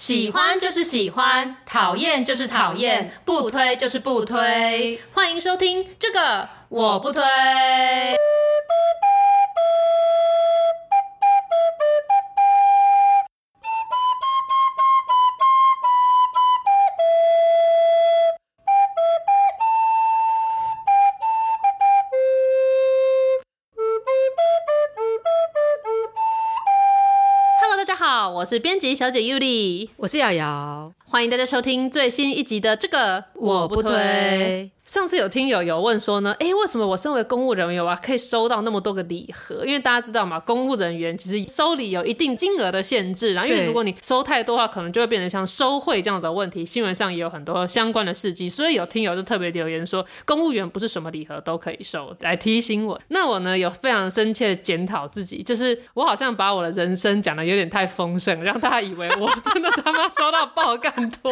喜欢就是喜欢，讨厌就是讨厌，不推就是不推。欢迎收听这个我不推。我是编辑小姐 Yuli， 我是瑶瑶， 欢迎大家收听最新一集的这个我不推。上次有听友有问说呢，为什么我身为公务人员可以收到那么多个礼盒？因为大家知道嘛，公务人员其实收礼有一定金额的限制啦，因为如果你收太多的话，可能就会变成像收贿这样子的问题。新闻上也有很多相关的事迹，所以有听友就特别留言说，公务员不是什么礼盒都可以收，来提醒我。那我呢有非常深切的检讨自己，就是我好像把我的人生讲的有点太丰盛，让大家以为我真的他妈收到爆干多。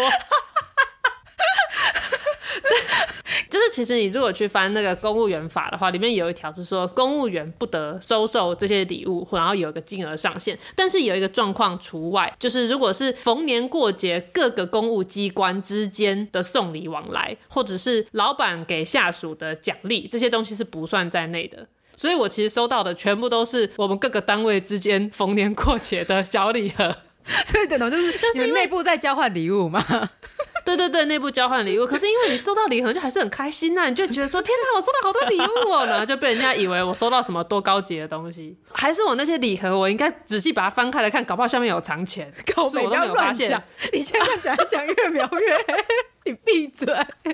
就是其实你如果去翻那个公务员法的话，里面有一条是说公务员不得收受这些礼物，然后有一个金额上限，但是有一个状况除外，就是如果是逢年过节各个公务机关之间的送礼往来，或者是老板给下属的奖励，这些东西是不算在内的。所以我其实收到的全部都是我们各个单位之间逢年过节的小礼盒。 所以等同就是你们内部在交换礼物吗？ 对对对，内部交换礼物。可是因为你收到礼盒就还是很开心啊，你就觉得说天哪，我收到好多礼物哦，然后就被人家以为我收到什么多高级的东西。还是我那些礼盒我应该仔细把它翻开来看，搞不好下面有藏钱，所以我都没有发现。 你现在讲一讲越描越黑，你闭嘴。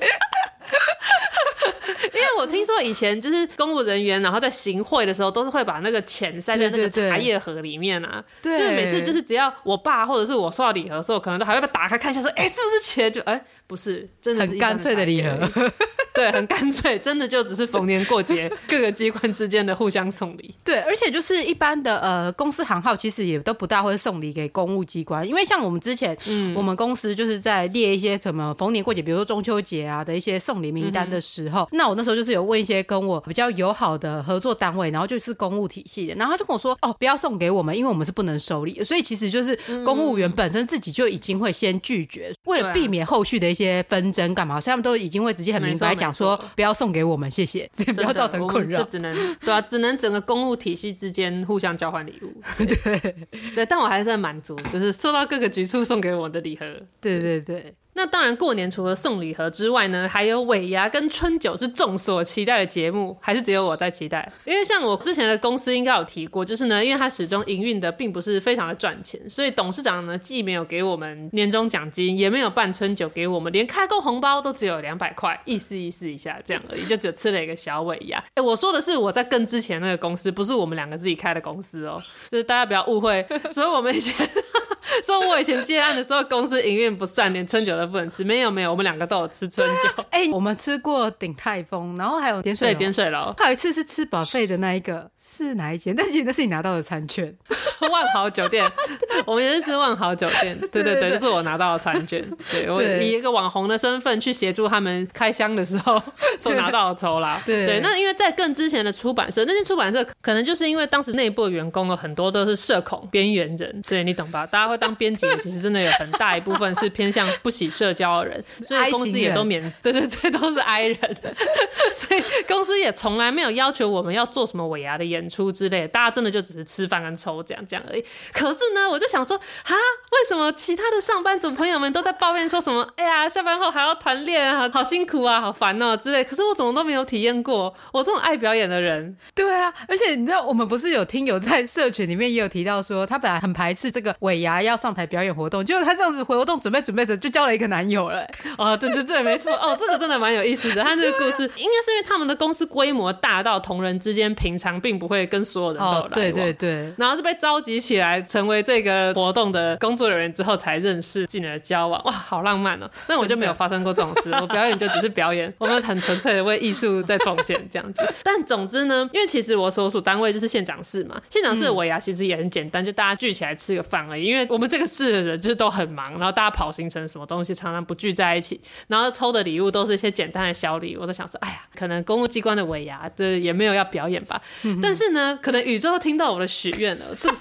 因为我听说以前就是公务人员，然后在行贿的时候都是会把那个钱塞在那个茶叶盒里面啊，对，所以每次就是只要我爸或者是我收到礼盒的时候，可能都还会把它打开看一下说是不是钱，就不是，真的是很干脆的礼盒。 对，很干脆，真的就只是逢年过节各个机关之间的互相送礼。 对，而且就是一般的公司行号其实也都不大会送礼给公务机关，因为像我们之前我们公司就是在列一些什么逢年过节，比如说中秋节啊的一些送礼名单的时候，那我那时候就是有问一些跟我比较友好的合作单位，然后就是公务体系的，然后他就跟我说不要送给我们，因为我们是不能收礼，所以其实就是公务员本身自己就已经会先拒绝，为了避免后续的一些纷争干嘛，所以他们都已经会直接很明白讲说不要送给我们，谢谢，不要造成困扰， 就只能整个公务体系之间互相交换礼物。对，但我还是很满足，就是收到各个局处送给我的礼盒。 对对对。 那当然过年除了送礼盒之外呢，还有尾牙跟春酒是众所期待的节目，还是只有我在期待？因为像我之前的公司应该有提过，就是呢因为它始终营运的并不是非常的赚钱，所以董事长呢既没有给我们年终奖金，也没有办春酒给我们，连开工红包都只有200块，意思一下这样而已，就只有吃了一个小尾牙。我说的是我在更之前那个公司，不是我们两个自己开的公司哦，就是大家不要误会。所以我们以前说我以前接案的时候公司营运不善，连春酒都不能吃，没有，我们两个都有吃春酒。 我们吃过鼎泰丰，然后还有点水楼， 对，点水楼， 还有一次是吃 buffet 的那一个是哪一间？但是其实那是你拿到的餐券。 万豪酒店，我们也是吃万豪酒店，对，就是我拿到的餐券。对，我以一个网红的身份去协助他们开箱的时候所拿到的酬劳。对，那因为在更之前的出版社，那间出版社可能就是因为当时内部的员工有很多都是社恐边缘人，所以你懂吧？大家会当编辑的其实真的有很大一部分是偏向不喜社交的人，所以公司也都对，都是 I 人。所以公司也从来没有要求我们要做什么尾牙的演出之类的，大家真的就只是吃饭跟抽奖这样而已。可是呢我就想说为什么其他的上班族朋友们都在抱怨说什么下班后还要团练啊，好辛苦啊，好烦哦之类，可是我怎么都没有体验过我这种爱表演的人。 对啊，而且你知道我们不是有听友在社群里面也有提到说他本来很排斥这个尾牙要上台表演活动，结果他这样子活动准备着就交了一个男友了。 对，没错。这个真的蛮有意思的。他这个故事应该是因为他们的公司规模大到同仁之间平常并不会跟所有人都有来往，对，然后是被召集起来成为这个活动的工作人员之后才认识进而交往。哇，好浪漫哦。但我就没有发生过这种事，我表演就只是表演，我们很纯粹的为艺术在奉献这样子。但总之呢，因为其实我所属单位就是县长室嘛，县长室的尾牙其实也很简单，就大家聚起来吃个饭而已，因为我们这个市的人就是都很忙，然后大家跑行程什么东西常常不聚在一起，然后抽的礼物都是一些简单的小礼物。我在想说可能公务机关的尾牙这也没有要表演吧。但是呢可能宇宙听到我的许愿了，这个时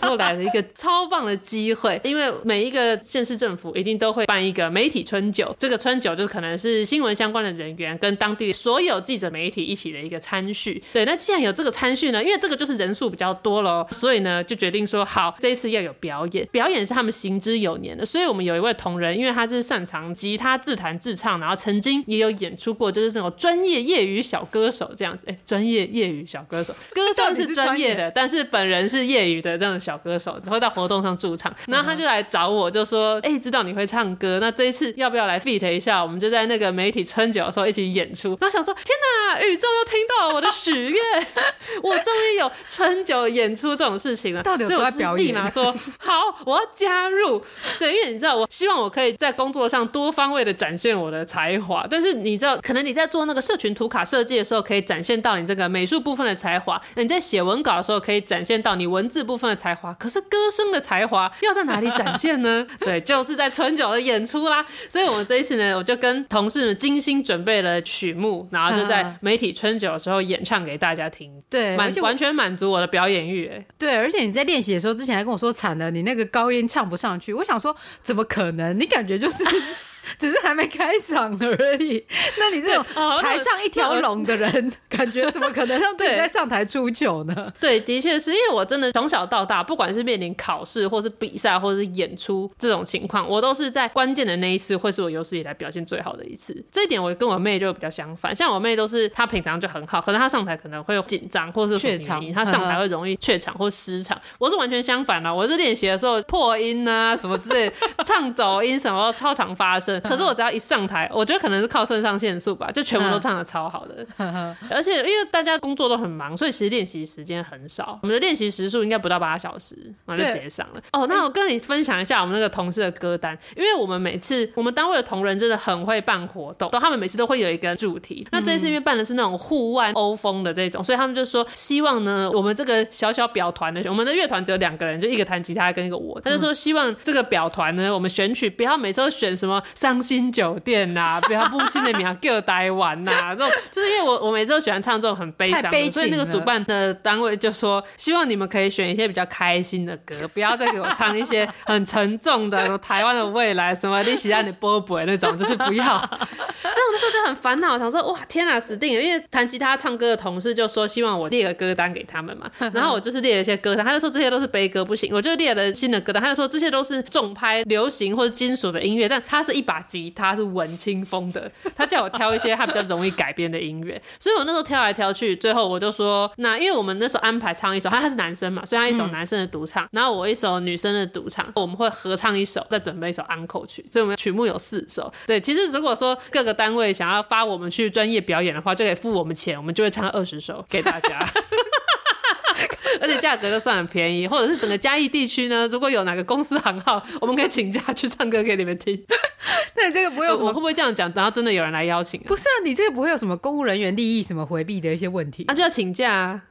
后来了一个超棒的机会，因为每一个县市政府一定都会办一个媒体春酒，这个春酒就可能是新闻相关的人员跟当地所有记者媒体一起的一个参叙。对，那既然有这个参叙呢，因为这个就是人数比较多咯，所以呢就决定说好，这一次要有表演，表演是他们行之有年的。所以我们有一位同仁，因为他就是擅长吉他自弹自唱，然后曾经也有演出过，就是那种专业业余小歌手这样子。专业业余小歌手，歌声是专业的，但是本人是业余的那种小歌手，会到活动上驻唱。然后他就来找我，就说知道你会唱歌，那这一次要不要来 feat 一下？我们就在那个媒体春酒的时候一起演出。然后想说天哪，宇宙又听到了我的许愿我终于有春酒演出这种事情了。 到底有多爱表演？ 所以我立马说好，我要加入。对，因为你知道我希望我可以在工作上多方位的展现我的才华，但是你知道可能你在做那个社群图卡设计的时候可以展现到你这个美术部分的才华，你在写文稿的时候可以展现到你文字部分的才华，可是歌声的才华要在哪里展现呢？对，就是在春酒的演出啦。所以我们这一次呢，我就跟同事们精心准备了曲目，然后就在媒体春酒的时候演唱给大家听。 对， 完全满足我的表演欲。 对，而且你在练习的时候之前还跟我说惨了，你那个高音唱不上去。我想说怎么可能，你感觉就是只是还没开嗓而已。那你这种台上一条龙的人，感觉怎么可能让自己在上台出糗呢？ 对，的确是因为我真的从小到大，不管是面临考试或是比赛或是演出这种情况，我都是在关键的那一次会是我有史以来表现最好的一次。这一点我跟我妹就比较相反，像我妹都是她平常就很好，可是她上台可能会紧张或是什么原因，她上台会容易怯场或失场。我是完全相反的，我是练习的时候破音啊什么之类唱走音什么超常发生，可是我只要一上台，我觉得可能是靠肾上腺素吧，就全部都唱得超好的。而且因为大家工作都很忙，所以其实练习时间很少，我们的练习时数应该不到8小时，然后就直接上了。那我跟你分享一下我们那个同事的歌单，因为我们单位的同仁真的很会办活动，他们每次都会有一个主题。那这一次因为办的是那种户外欧风的这种，所以他们就说希望呢，我们这个小小表团的，我们的乐团只有2个人，就一个弹吉他跟一个我，他就说希望这个表团呢，我们选曲不要每次都选什么伤心酒店啊，不要不亲的名叫台湾啊，这种就是因为我每次都喜欢唱这种很悲伤的，所以那个主办的单位就说希望你们可以选一些比较开心的歌，不要再给我唱一些很沉重的台湾的未来什么你喜欢你波波那种，就是不要。所以我那时候就很烦恼，想说哇天啊死定了，因为弹吉他唱歌的同事就说希望我列个歌单给他们嘛，然后我就是列了一些歌单，他就说这些都是悲歌不行，我就列了新的歌单，他就说这些都是重拍流行或者金属的音乐，但它是一把吉他是文青风的，他叫我挑一些他比较容易改编的音乐，所以我那时候挑来挑去，最后我就说那因为我们那时候安排唱一首，他是男生嘛，所以他一首男生的独唱，然后我一首女生的独唱，我们会合唱一首，再准备一首安可曲，所以我们曲目有4首。对，其实如果说各个单位想要发我们去专业表演的话，就可以付我们钱，我们就会唱20首给大家而且价格就算很便宜，或者是整个嘉义地区呢，如果有哪个公司行号，我们可以请假去唱歌给你们听。 那你这个不会有什么我会不会这样讲，然后真的有人来邀请不是啊，你这个不会有什么公务人员利益什么回避的一些问题就要请假啊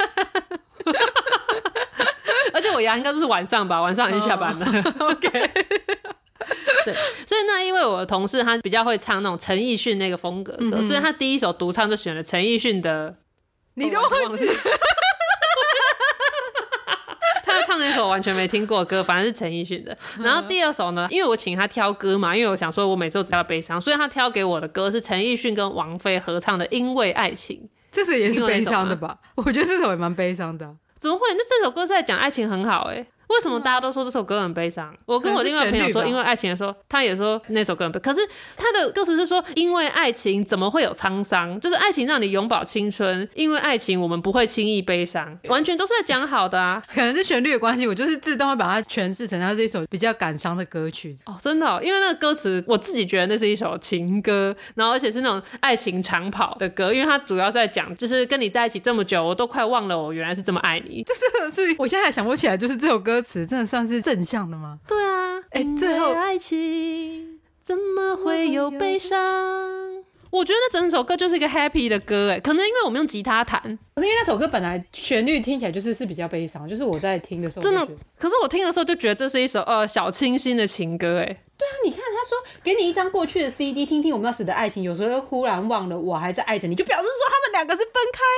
而且我应该都是晚上吧，晚上已经下班了 OK 对，所以那因为我的同事他比较会唱那种陈奕迅那个风格的，所以他第一首独唱就选了陈奕迅的你都忘记他唱那首我完全没听过的歌，反正是陈奕迅的。然后第2首呢，因为我请他挑歌嘛，因为我想说我每次都只要悲伤，所以他挑给我的歌是陈奕迅跟王菲合唱的《因为爱情》。 这首也是悲伤的吧？我觉得这首也蛮悲伤的怎么会？那这首歌是在讲爱情很好为什么大家都说这首歌很悲伤？我跟我另外朋友说因为爱情的时候，他也说那首歌很悲伤，可是他的歌词是说因为爱情怎么会有沧桑，就是爱情让你永葆青春，因为爱情我们不会轻易悲伤，完全都是在讲好的啊。 可能是旋律的关系，我就是自动会把它诠释成它是一首比较感伤的歌曲真的因为那个歌词我自己觉得那是一首情歌，然后而且是那种爱情长跑的歌，因为它主要在讲就是跟你在一起这么久，我都快忘了我原来是这么爱你。 这真的是我现在还想不起来，就是这首歌词真的算是正向的吗？ 对啊最后爱情怎么会有悲伤，我觉得那整首歌就是一个 happy 的歌可能因为我们用吉他弹， 可是因为那首歌本来旋律听起来就是比较悲伤，就是我在听的时候真的，可是我听的时候就觉得这是一首小清新的情歌对啊，你看他说给你一张过去的 CD 听听我们那时的爱情，有时候忽然忘了我还在爱着你，就表示说他们2个是分开啦。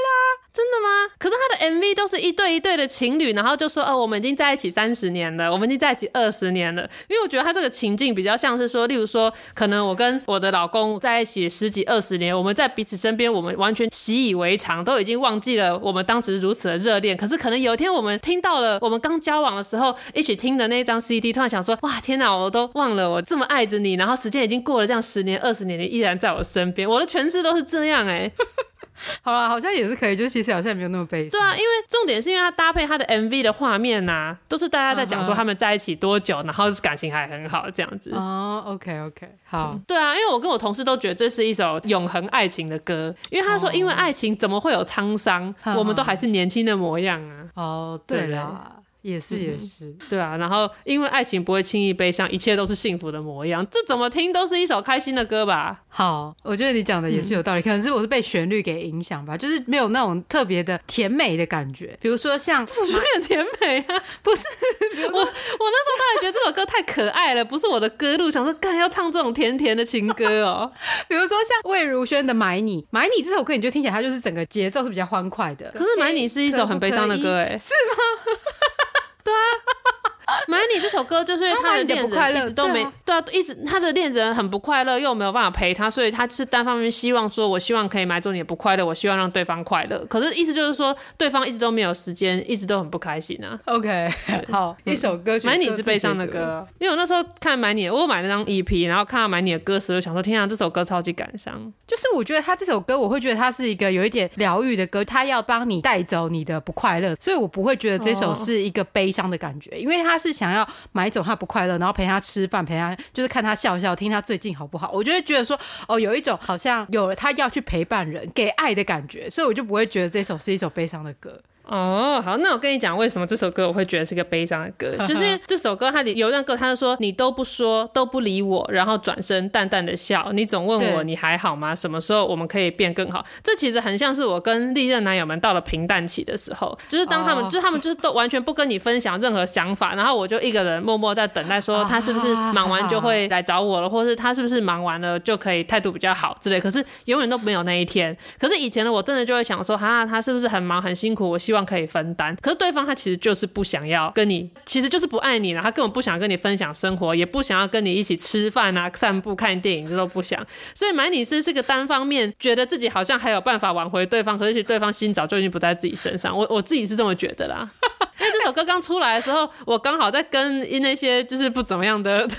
真的吗？可是他的 MV 都是一对一对的情侣，然后就说我们已经在一起30年了，我们已经在一起20年了。因为我觉得他这个情境比较像是说，例如说可能我跟我的老公在一起10几20年，我们在彼此身边，我们完全习以为常，都已经忘记了我们当时如此的热恋。可是可能有一天我们听到了我们刚交往的时候一起听的那张 CD， 突然想说，哇天哪，我都忘了我这么爱着你，然后时间已经过了这样10年20年，你依然在我身边。我的诠释都是这样好啦，好像也是可以，就其实好像也没有那么悲伤。 对啊，因为重点是因为他搭配他的 MV 的画面啊，都是大家在讲说他们在一起多久，然后感情还很好这样子。 OK， 好。 对啊，因为我跟我同事都觉得这是一首永恒爱情的歌，因为他说因为爱情怎么会有沧桑，我们都还是年轻的模样啊。 对啦。也是， 对啊，然后因为爱情不会轻易悲伤，一切都是幸福的模样，这怎么听都是一首开心的歌吧。 好，我觉得你讲的也是有道理，可能是我是被旋律给影响吧，就是没有那种特别的甜美的感觉。比如说像旋律很甜美啊， 不是我那时候当然觉得这首歌太可爱了，不是我的歌路，想说干要唱这种甜甜的情歌哦。 比如说像魏如萱的买你这首歌，你就听起来它就是整个节奏是比较欢快的， 可是买你是一首很悲伤的歌是吗？ 对啊，买你这首歌就是因为他的恋人一直都没对啊，一直他的恋人很不快乐，又没有办法陪他，所以他是单方面希望说，我希望可以买走你的不快乐，我希望让对方快乐。可是意思就是说，对方一直都没有时间，一直都很不开心啊。 OK， 好，一首歌曲， 买你是悲伤的歌，因为我那时候看买你，我有买那张 EP， 然后看到买你的歌词，我想说，天啊，这首歌超级感伤。 就是我觉得他这首歌，我会觉得他是一个有一点疗愈的歌，他要帮你带走你的不快乐，所以我不会觉得这首是一个悲伤的感觉，因为他是想要买走他不快乐，然后陪他吃饭，陪他就是看他笑笑，听他最近好不好。我就会觉得说，有一种好像有了他要去陪伴人，给爱的感觉，所以我就不会觉得这首是一首悲伤的歌。 好，那我跟你讲为什么这首歌我会觉得是个悲伤的歌，就是这首歌它里有一段歌，他就说你都不说都不理我，然后转身淡淡的笑，你总问我你还好吗？什么时候我们可以变更好？这其实很像是我跟历任男友们到了平淡期的时候，就是当他们就是都完全不跟你分享任何想法，然后我就一个人默默在等待说他是不是忙完就会来找我了，或是他是不是忙完了就可以态度比较好之类，可是永远都没有那一天。可是以前的我真的就会想说他是不是很忙很辛苦，我希望可以分担。可是对方他其实就是不想要跟你，其实就是不爱你了，他根本不想跟你分享生活，也不想要跟你一起吃饭啊散步看电影，这都不想。所以买你是个单方面觉得自己好像还有办法挽回对方，可是其实对方心早就已经不在自己身上。我自己是这么觉得啦。因为这首歌刚出来的时候，我刚好在跟那些就是不怎么样的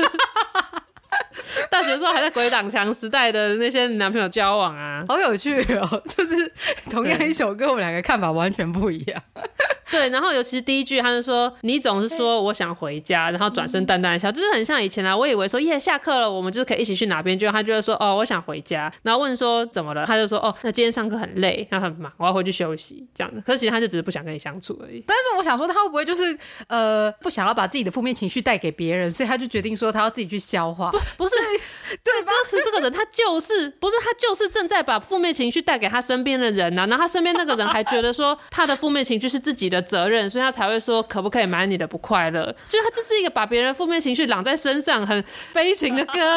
大学的时候还在鬼挡墙时代的那些男朋友交往啊， 好有趣哦！就是同样一首歌，我们两个看法完全不一样。 对，然后尤其是第一句，他就说你总是说我想回家，然后转身淡淡的笑，就是很像以前啊。我以为说下课了，我们就是可以一起去哪边，就他就会说我想回家，然后问说怎么了，他就说那今天上课很累，他很忙，我要回去休息这样的。可是其实他就只是不想跟你相处而已。 但是我想说，他会不会就是不想要把自己的负面情绪带给别人，所以他就决定说他要自己去消化？ 不是，这歌词这个人他就是正在把负面情绪带给他身边的人啊，然后他身边那个人还觉得说他的负面情绪是自己的责任，所以他才会说可不可以买你的不快乐，就是他这是一个把别人负面情绪揽在身上很悲情的歌。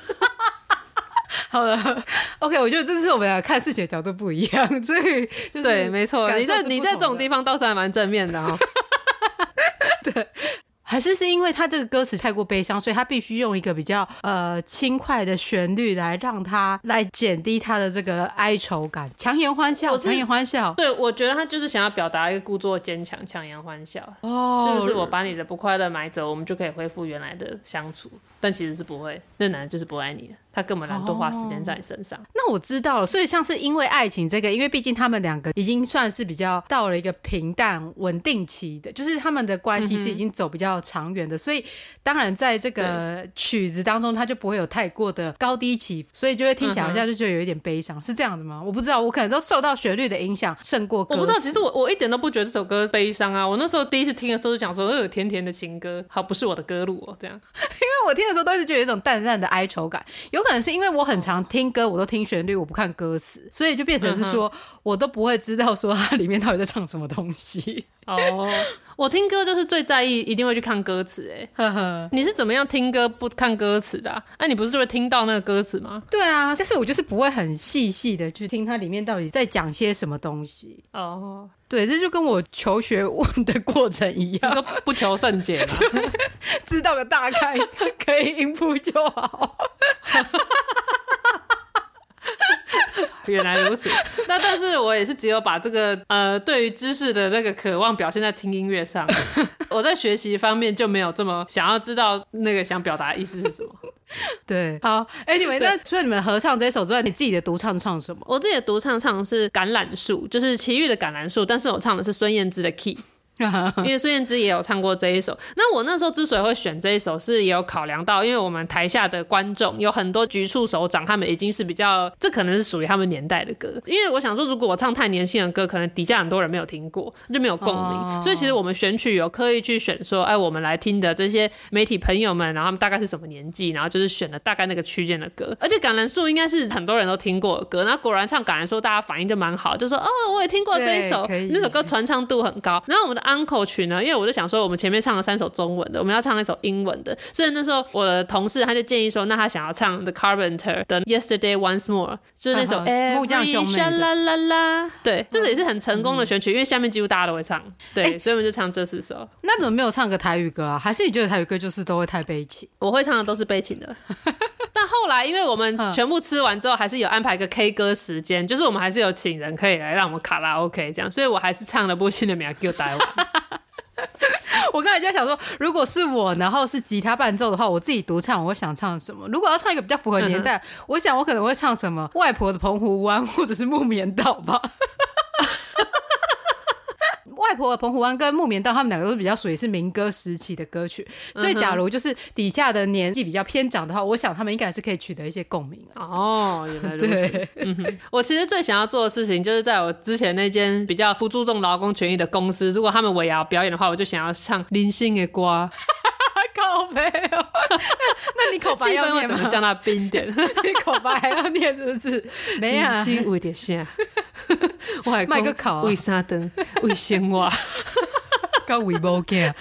好了 ，OK， 我觉得这是我们俩看事情的角度不一样，所以就是对，没错，你在这种地方倒是还蛮正面的哦。 对。还是因为他这个歌词太过悲伤，所以他必须用一个比较轻快的旋律来让他来减低他的这个哀愁感，强颜欢笑，强颜欢笑。 对，我觉得他就是想要表达一个故作坚强，强颜欢笑。是不是我把你的不快乐买走，我们就可以恢复原来的相处？但其实是不会，那男人就是不爱你了，他根本懒得花时间在你身上。 那我知道了，所以像是因为爱情这个，因为毕竟他们两个已经算是比较到了一个平淡稳定期的，就是他们的关系是已经走比较长远的，所以当然在这个曲子当中，他就不会有太过的高低起伏，所以就会听起来好像就觉得有一点悲伤，是这样子吗？我不知道，我可能都受到旋律的影响胜过歌词。 我不知道，其实我一点都不觉得这首歌悲伤啊。我那时候第一次听的时候就想说，甜甜的情歌，好不是我的歌路哦，这样。 因为我听的时候都是觉得有一种淡淡的哀愁感，有可能是因为我很常听歌，我都听旋律，我不看歌词，所以就变成是说我都不会知道说它里面到底在唱什么东西。 我听歌就是最在意，一定会去看歌词。你是怎么样听歌不看歌词的啊？你不是就会听到那个歌词吗？ 对啊，但是我就是不会很细细的去听它里面到底在讲些什么东西。对，这就跟我求学问的过程一样， 你说不求甚解吗？ 知道个大概可以应付就好。 原来如此。那但是我也是只有把这个对于知识的那个渴望表现在听音乐上。我在学习方面就没有这么想要知道那个想表达的意思是什么。 对，好，anyway，那除了你们合唱这一首之外，你自己的独唱唱什么？ 我自己的独唱唱是橄榄树，就是齐豫的橄榄树，但是我唱的是孙燕姿的 key。因为孙燕姿也有唱过这一首。那我那时候之所以会选这一首，是也有考量到，因为我们台下的观众有很多局处首长，他们已经是比较，这可能是属于他们年代的歌。因为我想说，如果我唱太年轻的歌，可能底下很多人没有听过，就没有共鸣。所以其实我们选曲有刻意去选说，我们来听的这些媒体朋友们，然后他们大概是什么年纪，然后就是选了大概那个区间的歌。而且橄榄树应该是很多人都听过的歌，然后果然唱橄榄树，大家反应就蛮好，就说我也听过这一首，那首歌传唱度很高。然后我们的安可曲呢，因为我就想说我们前面唱了3首中文的，我们要唱一首英文的，所以那时候我的同事他就建议说，那他想要唱 The Carpenter 的 Yesterday Once More， 就是那首木匠兄妹的。对，这也是很成功的选曲，因为下面几乎大家都会唱。对，所以我们就唱这4首。 那怎么没有唱个台语歌啊？还是你觉得台语歌就是都会太悲情？ 我会唱的都是悲情的。但后来因为我们全部吃完之后，还是有安排一个 K 歌时间，就是我们还是有请人可以来让我们卡拉 OK 这样，所以我还是唱了不幸的名叫台湾。 我刚才就在想说，如果是我，然后是吉他伴奏的话，我自己独唱，我会想唱什么？如果要唱一个比较符合年代，我想我可能会唱什么外婆的澎湖湾，或者是木棉道吧。外婆的澎湖湾跟木棉道他们两个都是比较属于是民歌时期的歌曲，所以假如就是底下的年纪比较偏长的话，我想他们应该是可以取得一些共鸣。 原来如此。我其实最想要做的事情就是在我之前那间比较不注重劳工权益的公司，如果他们尾牙表演的话，我就想要唱林心的歌。 靠北哦。那你口白要念吗？ 怎么叫他冰点？ 你口白还要念是不是？没啊， 林心有点像。我还卖个考为啥灯为生活跟为无见。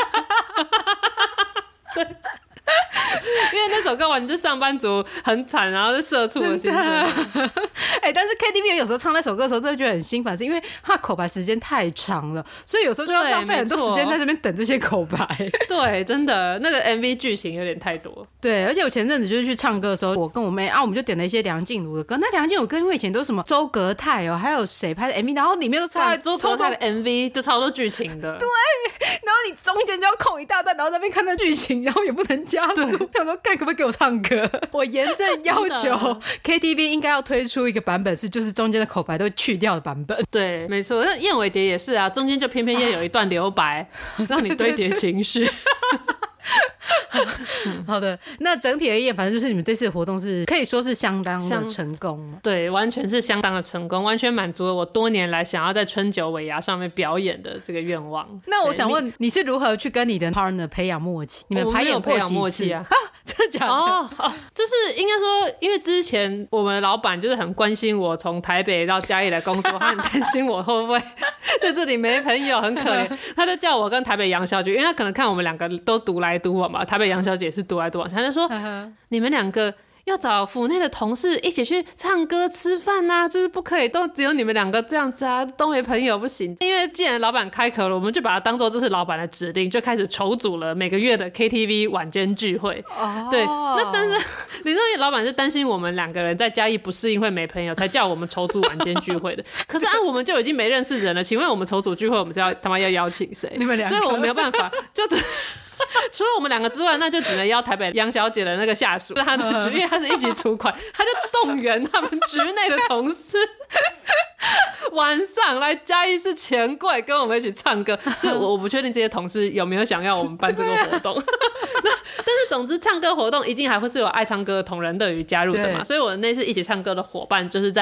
对，因为那首歌完就上班族很惨，然后是社畜的心声。 但是 KTV 有时候唱那首歌的时候真的觉得很心烦，是因为他口白时间太长了，所以有时候就要浪费很多时间在这边等这些口白。 对，真的那个 MV 剧情有点太多。 对，而且我前阵子就是去唱歌的时候，我跟我妹我们就点了一些梁静茹的歌。那梁静茹歌因为以前都是什么周格泰还有谁拍的 MV， 然后里面都超周格泰的 MV 就超多剧情的。 对，然后你中间就要空一大段，然后在那边看那剧情，然后也不能加速。想说干可不可以给我唱歌？我严正要求 KTV 应该要推出一个版本是就是中间的口白都去掉的版本。 对，没错。那燕尾蝶也是啊，中间就偏偏要有一段留白，让你堆叠情绪。 好的，那整体而言，反正就是你们这次的活动是可以说是相当的成功。 对，完全是相当的成功，完全满足了我多年来想要在春酒尾牙上面表演的这个愿望。 那我想问，你是如何去跟你的 partner 培养默契？你们排演过几次啊？ 真的假的？ 就是应该说，因为之前我们老板就是很关心我从台北到嘉义来工作，他很担心我会不会在这里没朋友，很可怜。他就叫我跟台北杨小姐，因为他可能看我们两个都独来独往嘛，台北杨小姐也是独来独往，他就说你们两个要找府内的同事一起去唱歌吃饭啊，就是不可以都只有你们两个这样子啊，都没朋友不行。因为既然老板开口了，我们就把它当做这是老板的指令，就开始筹组了每个月的 KTV 晚间聚会。对，那但是你知道老板是担心我们两个人在嘉义不适应会没朋友，才叫我们筹组晚间聚会的。可是我们就已经没认识人了，请问我们筹组聚会，我们是要他妈要邀请谁？ 你们两个， 所以我们没有办法，就除了我们两个之外，那就只能邀台北杨小姐的那个下属，他的局，因为他是一起出款，他就动员他们局内的同事晚上来嘉义市钱柜跟我们一起唱歌。所以我不确定这些同事有没有想要我们办这个活动。但是总之唱歌活动一定还会是有爱唱歌的同仁乐于加入的嘛，所以我那次一起唱歌的伙伴就是在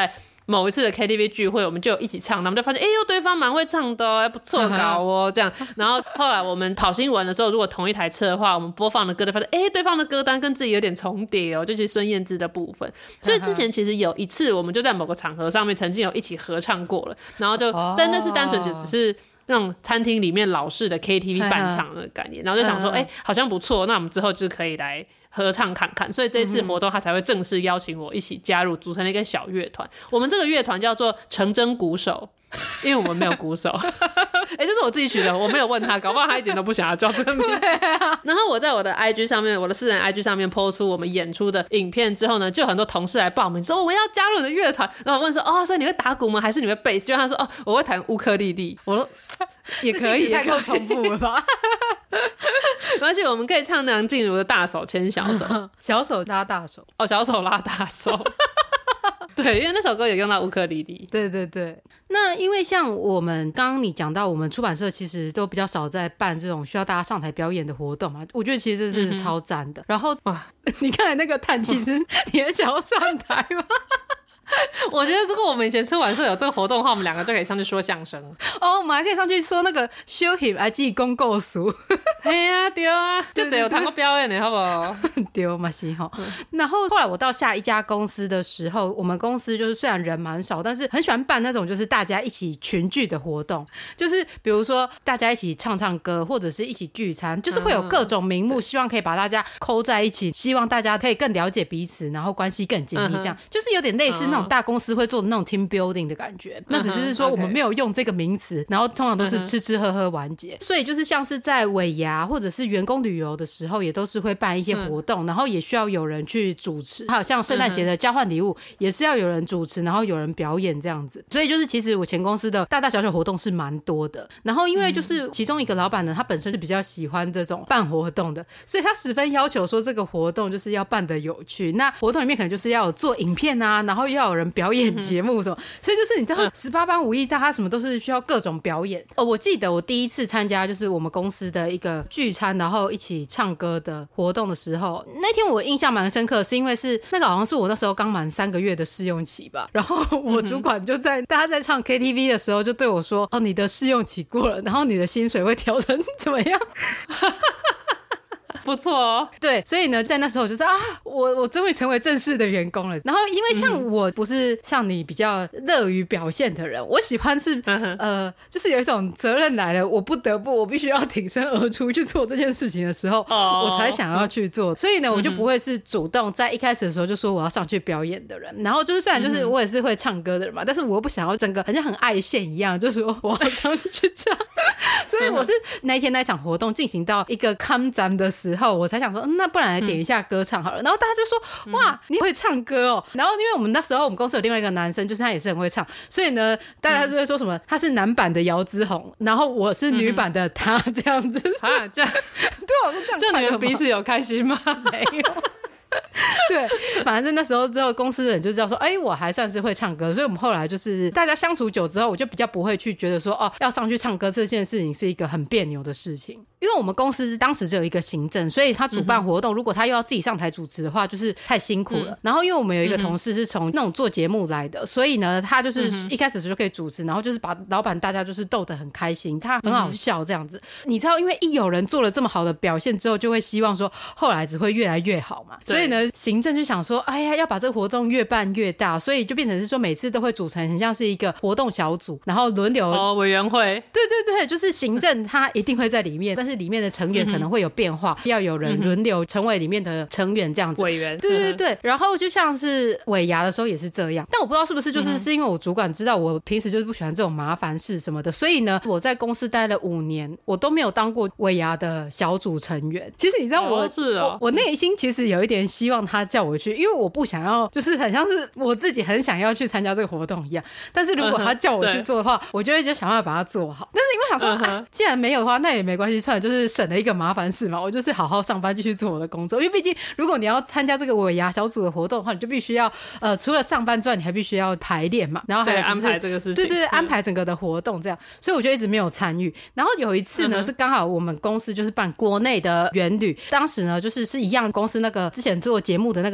某一次的 KTV 聚会，我们就一起唱，然后我们就发现对方蛮会唱的哦，不错搞哦这样。然后后来我们跑新闻的时候，如果同一台车的话，我们播放的歌就发现对方的歌单跟自己有点重叠哦，就是孙燕姿的部分。所以之前其实有一次我们就在某个场合上面曾经有一起合唱过了，然后就但那是单纯只是那种餐厅里面老式的 KTV 伴唱的概念，然后就想说好像不错，那我们之后就可以来合唱看看。所以这一次活动他才会正式邀请我一起加入，组成了一个小乐团。我们这个乐团叫做成真鼓手，因为我们没有鼓手这是我自己取的，我没有问他，搞不好他一点都不想要叫这个名字然后我在我的 IG 上面，我的私人 IG 上面 po 出我们演出的影片之后呢，就有很多同事来报名说我们要加入你的乐团。然后我问说所以你会打鼓吗？还是你会贝斯？就他说我会弹乌克丽丽。我说也可以， 太够重复了吧而且我们可以唱梁静茹的大手牵小手小手拉大手小手拉大手对，因为那首歌有用到乌克丽丽。 对对对。那因为像我们刚刚你讲到我们出版社其实都比较少在办这种需要大家上台表演的活动嘛，我觉得其实这是超赞的。然后你看那个叹气是你也想要上台吗我觉得如果我们以前出版社有这个活动的话，我们两个就可以上去说相声我们还可以上去说那个修行还记公告书对啊对啊，就得有谈过表演的好不好对嘛是齁然后后来我到下一家公司的时候，我们公司就是虽然人蛮少，但是很喜欢办那种就是大家一起群聚的活动，就是比如说大家一起唱唱歌，或者是一起聚餐，就是会有各种名目希望可以把大家扣在一起，希望大家可以更了解彼此，然后关系更紧密，这样就是有点类似那种大公司会做的那种 team building 的感觉。那只是说我们没有用这个名词，然后通常都是吃吃喝喝完结。所以就是像是在尾牙或者是员工旅游的时候，也都是会办一些活动，然后也需要有人去主持。还有像圣诞节的交换礼物，也是要有人主持，然后有人表演这样子。所以就是其实我前公司的大大小小活动是蛮多的。然后因为就是其中一个老板呢，他本身是比较喜欢这种办活动的，所以他十分要求说这个活动就是要办得有趣。那活动里面可能就是要有做影片啊，然后要有人表演节目什么，所以就是你知道18般武艺，大家什么都是需要各种表演。我记得我第一次参加就是我们公司的一个聚餐，然后一起唱歌的活动的时候，那天我印象蛮深刻，是因为是那个好像是我那时候刚满3个月的试用期吧，然后我主管就在大家在唱 KTV 的时候就对我说你的试用期过了，然后你的薪水会调成怎么样不错哦。 对，所以呢在那时候就是我终于成为正式的员工了。然后因为像我不是像你比较乐于表现的人，我喜欢是就是有一种责任来了，我必须要挺身而出去做这件事情的时候我才想要去做。所以呢我就不会是主动在一开始的时候就说我要上去表演的人。然后就是虽然就是我也是会唱歌的人嘛，但是我又不想要整个好像很爱现一样，就是说我好想去唱所以我是那一天那场活动进行到一个康展的时候，我才想说那不然来点一下歌唱好了。然后大家就说哇你会唱歌哦。然后因为我们那时候我们公司有另外一个男生，就是他也是很会唱，所以呢大家就会说什么他是男版的姚之宏，然后我是女版的他这样子这样对我说这样你们彼此有开心吗？ 没有对，反正那时候之后公司的人就知道说我还算是会唱歌，所以我们后来就是大家相处久之后，我就比较不会去觉得说要上去唱歌这件事情是一个很别扭的事情。因为我们公司当时只有一个行政，所以他主办活动如果他又要自己上台主持的话就是太辛苦了。然后因为我们有一个同事是从那种做节目来的，所以呢他就是一开始就可以主持，然后就是把老板大家就是逗得很开心，他很好笑这样子。你知道因为一有人做了这么好的表现之后，就会希望说后来只会越来越好嘛，所以呢行政就想说要把这个活动越办越大，所以就变成是说每次都会组成很像是一个活动小组，然后轮流委员会。 对对对，就是行政他一定会在里面，但是里面的成员可能会有变化，要有人轮流成为里面的成员这样子。 委员。 对对对，然后就像是尾牙的时候也是这样，但我不知道是不是是因为我主管知道我平时就是不喜欢这种麻烦事什么的，所以呢我在公司待了5年，我都没有当过尾牙的小组成员。其实你知道我内心其实有一点希望他叫我去，因为我不想要就是很像是我自己很想要去参加这个活动一样，但是如果他叫我去做的话我就会就想办法把它做好。但是因为想说既然没有的话那也没关系，算了就是省了一个麻烦事嘛，我就是好好上班继续做我的工作。因为毕竟如果你要参加这个尾牙小组的活动的话，你就必须要除了上班之外你还必须要排练嘛，然后还有、就是、 安排这个事情， 对对对，安排整个的活动这样，所以我就一直没有参与。然后有一次呢是刚好我们公司就是办国内的员旅，当时呢就是一样公司那个之前做节目的那个同事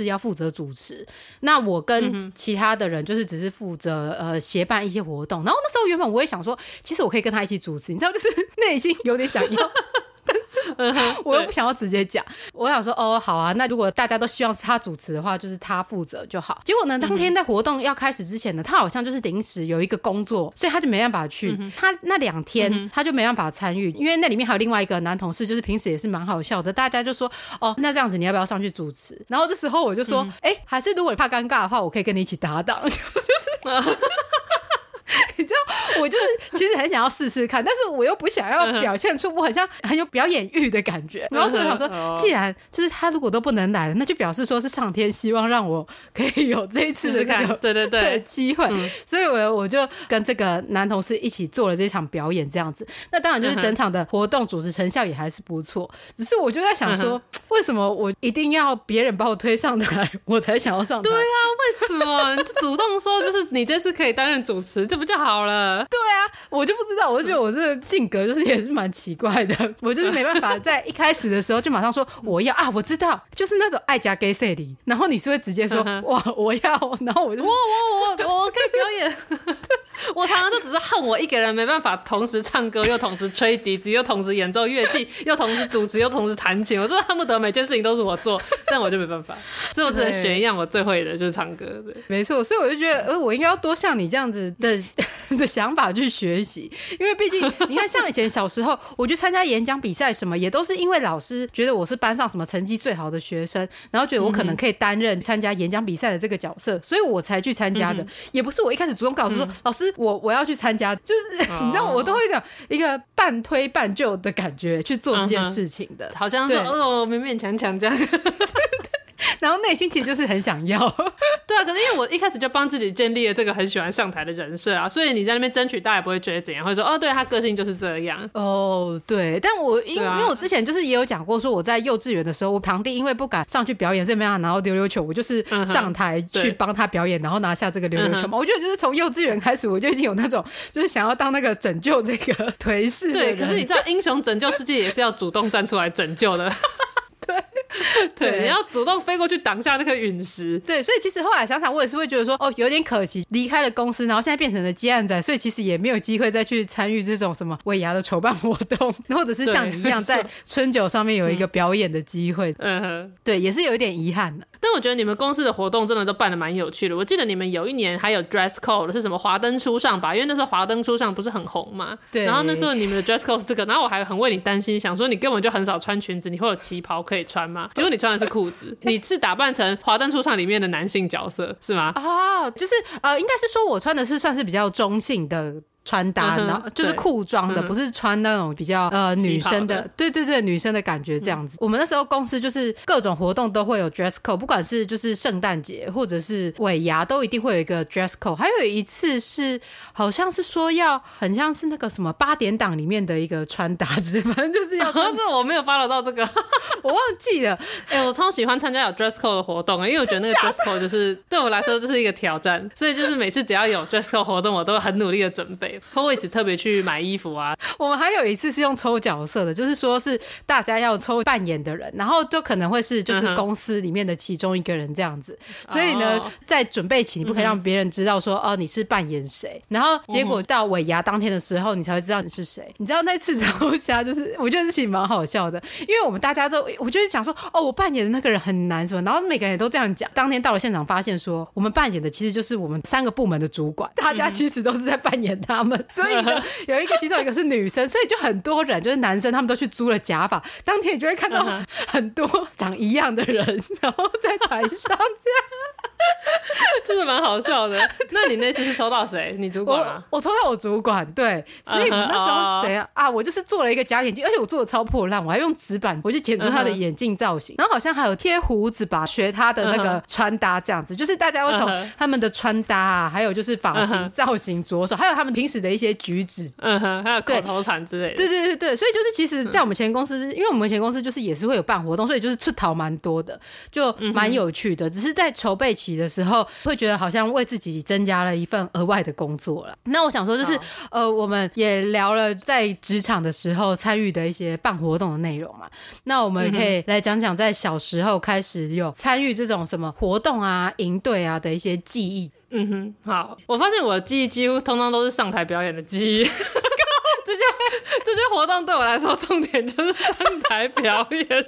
是要负责主持，那我跟其他的人就是只是负责协办一些活动。然后那时候原本我也想说，其实我可以跟他一起主持，你知道，就是内心有点想要。我又不想要直接讲，我想说哦好啊，那如果大家都希望是他主持的话，就是他负责就好。结果呢，当天在活动要开始之前呢，他好像就是临时有一个工作，所以他就没办法去。他那2天他就没办法参与，因为那里面还有另外一个男同事，就是平时也是蛮好笑的，大家就说哦那这样子你要不要上去主持？然后这时候我就说还是如果你怕尴尬的话，我可以跟你一起搭档，就是你知道，我就是其实很想要试试看，但是我又不想要表现出我很像很有表演欲的感觉。然后所以我想说，既然就是他如果都不能来了，那就表示说是上天希望让我可以有这一次的这个对机会。所以我就跟这个男同事一起做了这场表演这样子。那当然就是整场的活动主持成效也还是不错，只是我就在想说，为什么我一定要别人把我推上台我才想要上台？ 对啊，为什么？你主动说就是你这次可以担任主持，这不就好了？ 对啊，我就不知道，我就觉得我这个性格就是也是蛮奇怪的，我就是没办法在一开始的时候就马上说我要啊，我知道，就是那种爱夹给谁里，然后你是会直接说哇我要，然后我就我可以表演。我常常就只是恨我一个人没办法同时唱歌，又同时吹笛子，又同时演奏乐器，又同时主持，又同时弹琴。我真的恨不得每件事情都是我做，但我就没办法，所以我只能选一样我最会的，就是唱歌。对， 没错，所以我就觉得我应该要多像你这样子的想法去学习，因为毕竟你看像以前小时候我去参加演讲比赛什么也都是因为老师觉得我是班上什么成绩最好的学生，然后觉得我可能可以担任参加演讲比赛的这个角色，所以我才去参加的，也不是我一开始主动告诉说老师我要去参加，就是你知道我都会有一个半推半就的感觉去做这件事情的， 好像是勉勉强强这样。 然后内心其实就是很想要。 对啊，可是因为我一开始就帮自己建立了这个很喜欢上台的人设啊，所以你在那边争取大家也不会觉得怎样，会说哦对，他个性就是这样。 哦对，但我因为我之前就是也有讲过说我在幼稚园的时候，我堂弟因为不敢上去表演，所以没办法拿到溜溜球，我就是上台去帮他表演，然后拿下这个溜溜球嘛。我觉得就是从幼稚园开始我就已经有那种就是想要当那个拯救这个颓势的人。 对，可是你知道英雄拯救世界也是要主动站出来拯救的。对，你要主动飞过去挡下那颗陨石。 对，所以其实后来想想，我也是会觉得说，哦，有点可惜，离开了公司，然后现在变成了接案仔，所以其实也没有机会再去参与这种什么尾牙的筹办活动，或者是像你一样在春酒上面有一个表演的机会。对，也是有一点遗憾的。 但我觉得你们公司的活动真的都办得蛮有趣的。我记得你们有一年还有 dress code 是什么华灯初上吧，因为那时候华灯初上不是很红嘛。对。然后那时候你们的 dress code 是这个，然后我还很为你担心，想说你根本就很少穿裙子，你会有旗袍可以穿吗？结果你穿的是裤子，你是打扮成华灯初上里面的男性角色是吗？ 哦，就是应该是说我穿的是算是比较中性的穿搭，然后就是裤装的，不是穿那种比较女生的，对对对，女生的感觉这样子。我们那时候公司就是各种活动都会有 dress code， 不管是就是圣诞节或者是尾牙，都一定会有一个 dress code。还有一次是好像是说要很像是那个什么8点档里面的一个穿搭，反正就是要穿。 这我没有 follow 到这个， 我忘记了。 我超喜欢参加有 dress code 的活动，因为我觉得那个 dress code 就是对我来说就是一个挑战，所以就是每次只要有 dress code 活动，我都很努力的准备。会为此特别去买衣服啊。 我们还有一次是用抽角色的，就是说是大家要抽扮演的人，然后就可能会是就是公司里面的其中一个人这样子。所以呢，在准备起你不可以让别人知道说你是扮演谁，然后结果到尾牙当天的时候，你才会知道你是谁。你知道那次抽虾就是我觉得事情蛮好笑的，因为我们大家都我就是想说我扮演的那个人很难什么，然后每个人也都这样讲。当天到了现场发现说我们扮演的其实就是我们3个部门的主管，大家其实都是在扮演他们。所以呢有一个其中一个是女生，所以就很多人就是男生他们都去租了假发，当天你就会看到很多长一样的人然后在台上这样真的蛮好笑的。那你那次是抽到谁？你主管吗？ 我抽到我主管。对，所以我那时候是怎样我就是做了一个假眼镜，而且我做的超破烂，我还用纸板我就剪出他的眼镜造型，然后好像还有贴胡子吧，学他的那个穿搭这样子，就是大家会从他们的穿搭还有就是发型造型着手，还有他们平时的一些举止， 还有口头禅之类的。 对对对对，所以就是其实在我们前公司，因为我们前公司就是也是会有办活动，所以就是出逃蛮多的，就蛮有趣的。只是在筹备期习的时候，会觉得好像为自己增加了一份额外的工作了。那我想说就是我们也聊了在职场的时候参与的一些办活动的内容嘛，那我们可以来讲讲在小时候开始有参与这种什么活动啊营队啊的一些记忆。 好，我发现我的记忆几乎通通都是上台表演的记忆这些活动对我来说重点就是上台表演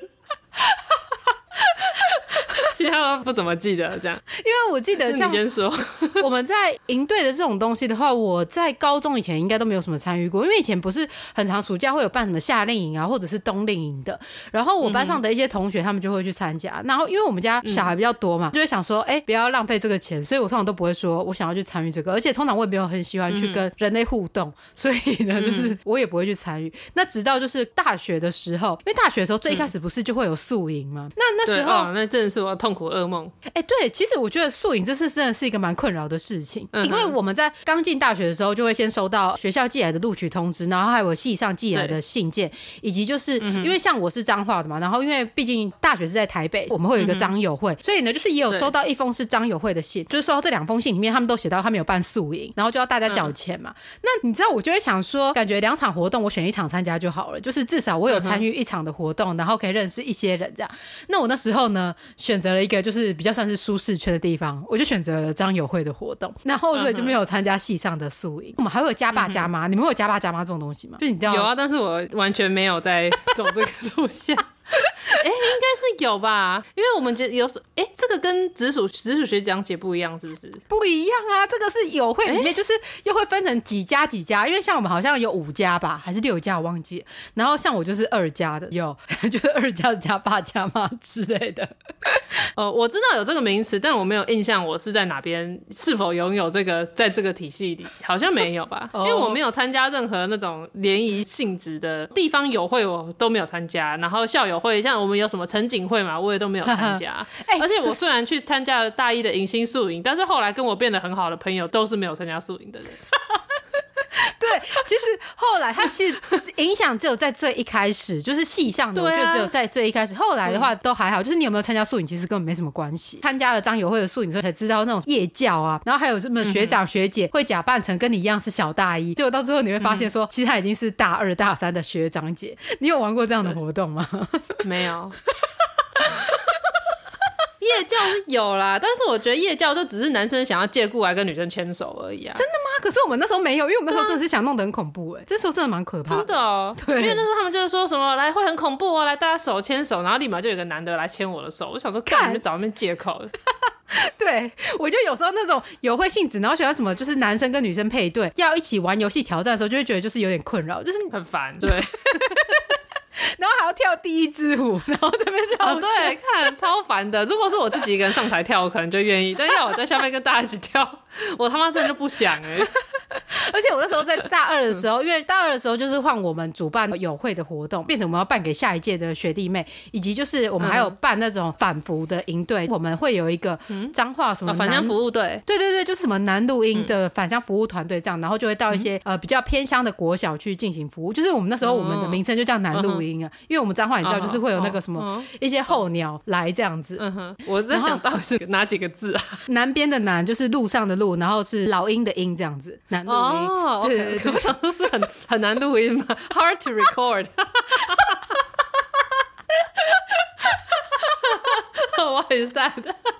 其他都不怎么记得这样。 因为我记得像你先说我们在营队的这种东西的话，我在高中以前应该都没有什么参与过，因为以前不是很常暑假会有办什么夏令营啊或者是冬令营的，然后我班上的一些同学他们就会去参加，然后因为我们家小孩比较多嘛，就会想说不要浪费这个钱，所以我通常都不会说我想要去参与这个，而且通常我也没有很喜欢去跟人类互动，所以呢就是我也不会去参与。那直到就是大学的时候，因为大学的时候最一开始不是就会有宿营吗？那时候那真的是我的痛苦噩梦。 对，其实我觉得宿营这是真的是一个蛮困扰的事情，因为我们在刚进大学的时候就会先收到学校寄来的录取通知，然后还有系上寄来的信件，以及就是因为像我是彰化的嘛，然后因为毕竟大学是在台北，我们会有一个彰友会，所以呢就是也有收到一封是彰友会的信，就是说这2封信里面他们都写到他们有办宿营，然后就要大家缴钱嘛。那你知道我就会想说，感觉2场活动我选1场参加就好了，就是至少我有参与1场的活动，然后可以认识一些人这样。那我那时候呢选择了一个就是比较算是舒适圈的地方，我就选择了彰友会的活动，然后所以就没有参加系上的宿营。我们还会有加爸加妈，你们会有加爸加妈这种东西吗？就你知道有啊，但是我完全没有在走这个路线应该是有吧，因为我们有这个跟直属学长姐不一样是不是？ 不一样啊，这个是友会里面就是又会分成几家，因为像我们好像有5家吧，还是6家我忘记了，然后像我就是2家的，有就是2家的加爸加妈之类的我知道有这个名词，但我没有印象我是在哪边是否拥有这个，在这个体系里好像没有吧因为我没有参加任何那种联谊性质的地方友会，我都没有参加，然后校友会像我们有什么晨景会嘛，我也都没有参加而且我虽然去参加了大一的迎新宿营，但是后来跟我变得很好的朋友都是没有参加宿营的人对，其实后来他其实影响只有在最一开始，就是系上的我就只有在最一开始，后来的话都还好，就是你有没有参加宿营其实根本没什么关系。参加了彰友会的宿营之后才知道那种夜教啊，然后还有什么学长学姐会假扮成跟你一样是小大一，结果到最后你会发现说其实他已经是大2大3的学长姐。你有玩过这样的活动吗？ 没有夜教是有啦，但是我觉得夜教就只是男生想要借故来跟女生牵手而已啊。 真的吗？可是我们那时候没有，因为我们那时候真的是想弄得很恐怖这时候真的蛮可怕的。 真的哦，对，因为那时候他们就是说什么来会很恐怖来大家手牵手，然后立马就有一个男的来牵我的手，我想说干，你们找那边借口对，我就有时候那种友会性质，然后喜欢什么就是男生跟女生配对要一起玩游戏挑战的时候，就会觉得就是有点困扰，就是很烦。对然后还要跳第1支舞，然后这边绕圈对，看超烦的。如果是我自己一个人上台跳我可能就愿意，但要我在下面跟大家一起跳我他妈真的就不想而且我那时候在大2的时候因为大2的时候就是换我们主办友会的活动，变成我们要办给下一届的学弟妹，以及就是我们还有办那种反服的营队，我们会有一个彰化什么返乡服务队， 对对对，就是什么南录音的返乡服务团队这样，然后就会到一些比较偏乡的国小去进行服务，就是我们那时候我们的名称就叫南录音啊，因为我们彰化你知道就是会有那个什么一些候鸟来这样子。 我在想到底是哪几个字啊？ 南边的南就是路上的路，然后是老鹰的鹰这样子，南录音。 对对对，我想说是很难录音嘛，hard to record 我很 sad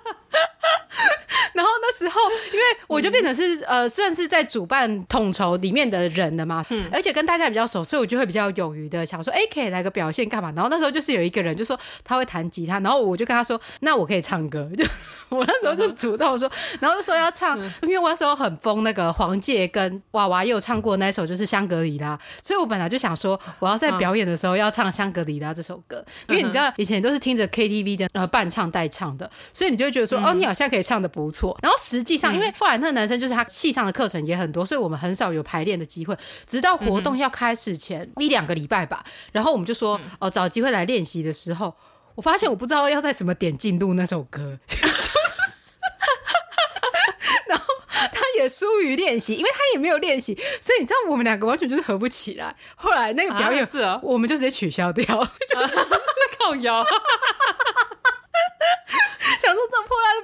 然后那时候因为我就变成是算是在主办统筹里面的人了嘛，而且跟大家比较熟，所以我就会比较勇于的想说可以来个表现干嘛。然后那时候就是有一个人就说他会弹吉他，然后我就跟他说那我可以唱歌，就我那时候就主动说，然后就说要唱因为我那时候很疯那个黄玠跟娃娃也有唱过那首就是香格里拉，所以我本来就想说我要在表演的时候要唱香格里拉这首歌，因为你知道以前都是听着 KTV 的伴唱代唱的，所以你就会觉得说你好像可以唱得不错。然后实际上因为后来那个男生就是他系上的课程也很多，所以我们很少有排练的机会，直到活动要开始前1-2个礼拜吧，然后我们就说找机会来练习的时候，我发现我不知道要在什么点进入那首歌然后他也疏于练习，因为他也没有练习，所以你知道我们2个完全就是合不起来。后来那个表演我们就直接取消掉靠腰想说这么破烂的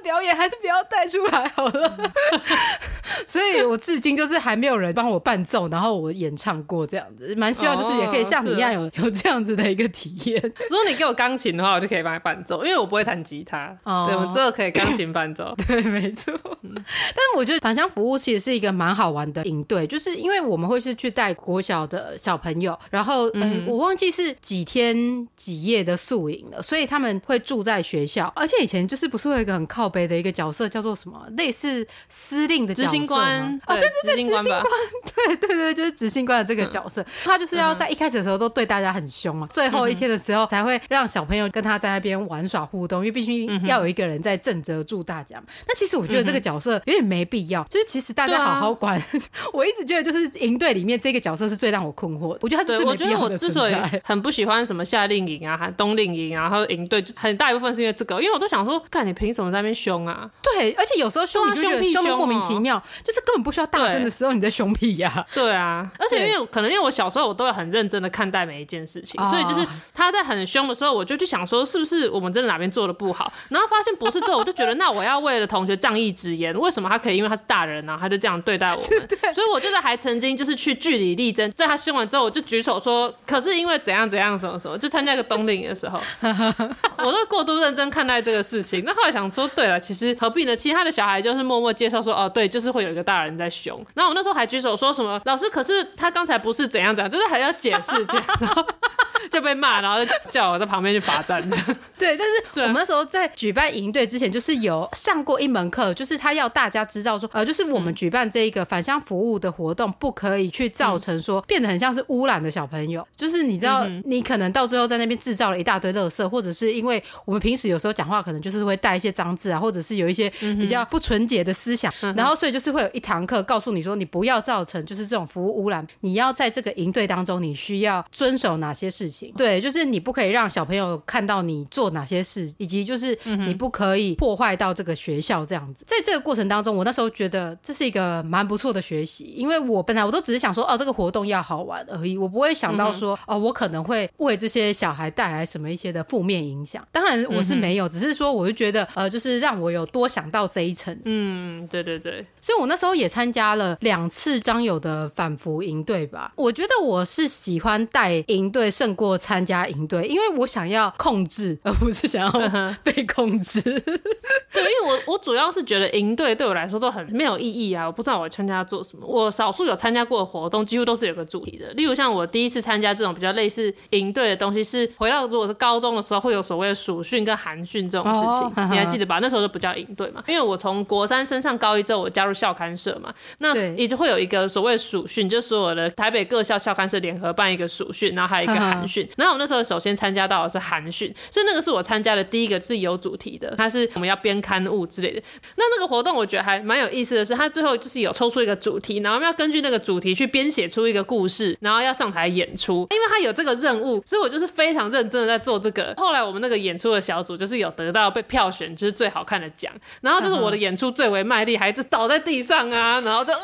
表演还是不要带出来好了。所以我至今就是还没有人帮我伴奏，然后我演唱过这样子，蛮希望就是也可以像你一样有这样子的一个体验。 如果你给我钢琴的话，我就可以帮你伴奏，因为我不会弹吉他。对，我只有可以钢琴伴奏。 对，没错。但是我觉得返乡服务其实是一个蛮好玩的营队，就是因为我们会是去带国小的小朋友，然后我忘记是几天几夜的宿营了，所以他们会住在学校，而且以前就是不是会有一个很靠北的一个角色叫做什么类似司令的角色，执行官。对对对，执行官，对对对，就是执行官的这个角色，他就是要在一开始的时候都对大家很凶嘛，最后一天的时候才会让小朋友跟他在那边玩耍互动，因为必须要有一个人在镇责住大家嘛。那其实我觉得这个角色有点没必要，就是其实大家好好管。我一直觉得就是营队里面这个角色是最让我困惑的，我觉得他是最没必要的存在。我觉得我之所以很不喜欢什么夏令营啊、冬令营啊，然后营队很大一部分是因为这个，因为我都想说，干你凭什么在那边凶啊？ 对，而且有时候凶你就觉得凶得莫名其妙，就是根本不需要大声的时候你在凶屁呀。 对啊，而且可能因为我小时候我都会很认真的看待每一件事情，所以就是他在很凶的时候，我就去想说是不是我们真的哪边做的不好，然后发现不是之后，我就觉得那我要为了同学仗义直言，为什么他可以因为他是大人啊，他就这样对待我们？所以我就是还曾经就是去据理力争，在他凶完之后，我就举手说，可是因为怎样怎样什么什么，就参加一个冬令营的时候，我都过度认真看待这个事情。那后来想说，对了，其实何必呢？其他的小孩就是默默接受说，哦，对，就是会有一个大人在凶。然后我那时候还举手说什么，老师，可是他刚才不是怎样怎样，就是还要解释这样，然后就被骂，然后叫我在旁边去罚站。 对，但是我们那时候在举办营队之前，就是有上过一门课，就是他要大家知道说，就是我们举办这个返乡服务的活动，不可以去造成说变得很像是污染的小朋友。就是你知道，你可能到最后在那边制造了一大堆垃圾，或者是因为我们平时有时候讲话可能就是会带一些脏字啊，或者是有一些比较不纯洁的思想，然后所以就是会有一堂课告诉你说，你不要造成就是这种服务污染，你要在这个营队当中你需要遵守哪些事情。对，就是你不可以让小朋友看到你做哪些事，以及就是你不可以破坏到这个学校这样子。在这个过程当中，我那时候觉得这是一个蛮不错的学习，因为我本来我都只是想说，这个活动要好玩而已，我不会想到说，我可能会为这些小孩带来什么一些的负面影响。当然我是没有，只是说我就觉得就是让我有多想到这一层。 对对对， 所以我那时候也参加了2次张友的返服营队吧。我觉得我是喜欢带营队胜过参加营队，因为我想要控制，而不是想要被控制。 对，因为我主要是觉得营队对我来说都很没有意义啊，我不知道我参加做什么。我少数有参加过的活动几乎都是有个主题的，例如像我第一次参加这种比较类似营队的东西，是回到如果是高中的时候会有所谓的暑训跟寒训这种事情，你还记得吧？那时候就不叫营队嘛，因为我从国3升上高1之后，我加入校刊社嘛，那也就会有一个所谓的暑训，就是所有的台北各校校刊社联合办一个暑训，然后还有一个寒训。然后我那时候首先参加到的是寒训，所以那个是我参加的第一个是有主题的，它是我们要编刊物之类的。那个活动我觉得还蛮有意思的是，它最后就是有抽出一个主题，然后我们要根据那个主题去编写出一个故事，然后要上台演出。因为它有这个任务，所以我就是非常认真的在做这个。后来我们那个演出的小组就是有得到被票选就是最好看的奖，然后就是我的演出最为卖力，还是倒在地上啊，然后就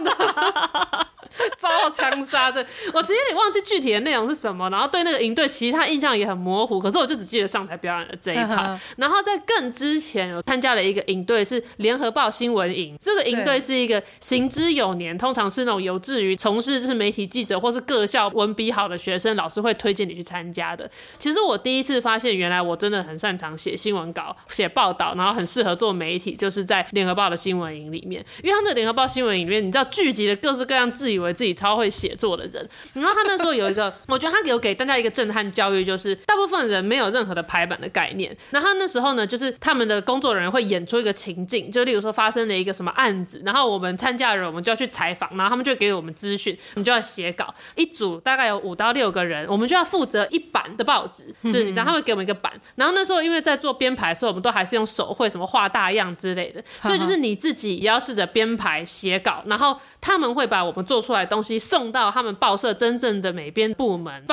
遭到枪杀。我其实有点忘记具体的内容是什么，然后对那个营队其他印象也很模糊，可是我就只记得上台表演的这一趴。然后在更之前有参加了一个营队是联合报新闻营，这个营队是一个行之有年，通常是那种有志于从事就是媒体记者或是各校文笔好的学生，老师会推荐你去参加的。其实我第一次发现原来我真的很擅长写新闻稿写报道，然后很适合做媒体，就是在联合报的新闻营里面。因为他那个联合报新闻营里面你知道聚集了各式各样自以为自己超会写作的人，然后他那时候有一个我觉得他有给大家一个震撼教育，就是大部分人没有任何的排版的概念。然后他那时候呢就是他们的工作人员会演出一个情境，就例如说发生了一个什么案子，然后我们参加的人我们就要去采访，然后他们就会给我们资讯，我们就要写稿，一组大概有5到6个人，我们就要负责1版的报纸，就是你知道他会给我们一个版，然后那时候因为在做编排的时候我们都还是用手绘什么画大样之类的，所以就是你自己也要试着编排写稿，然后他们会把我们做出来的东西送到他们报社真正的美编部门帮我们编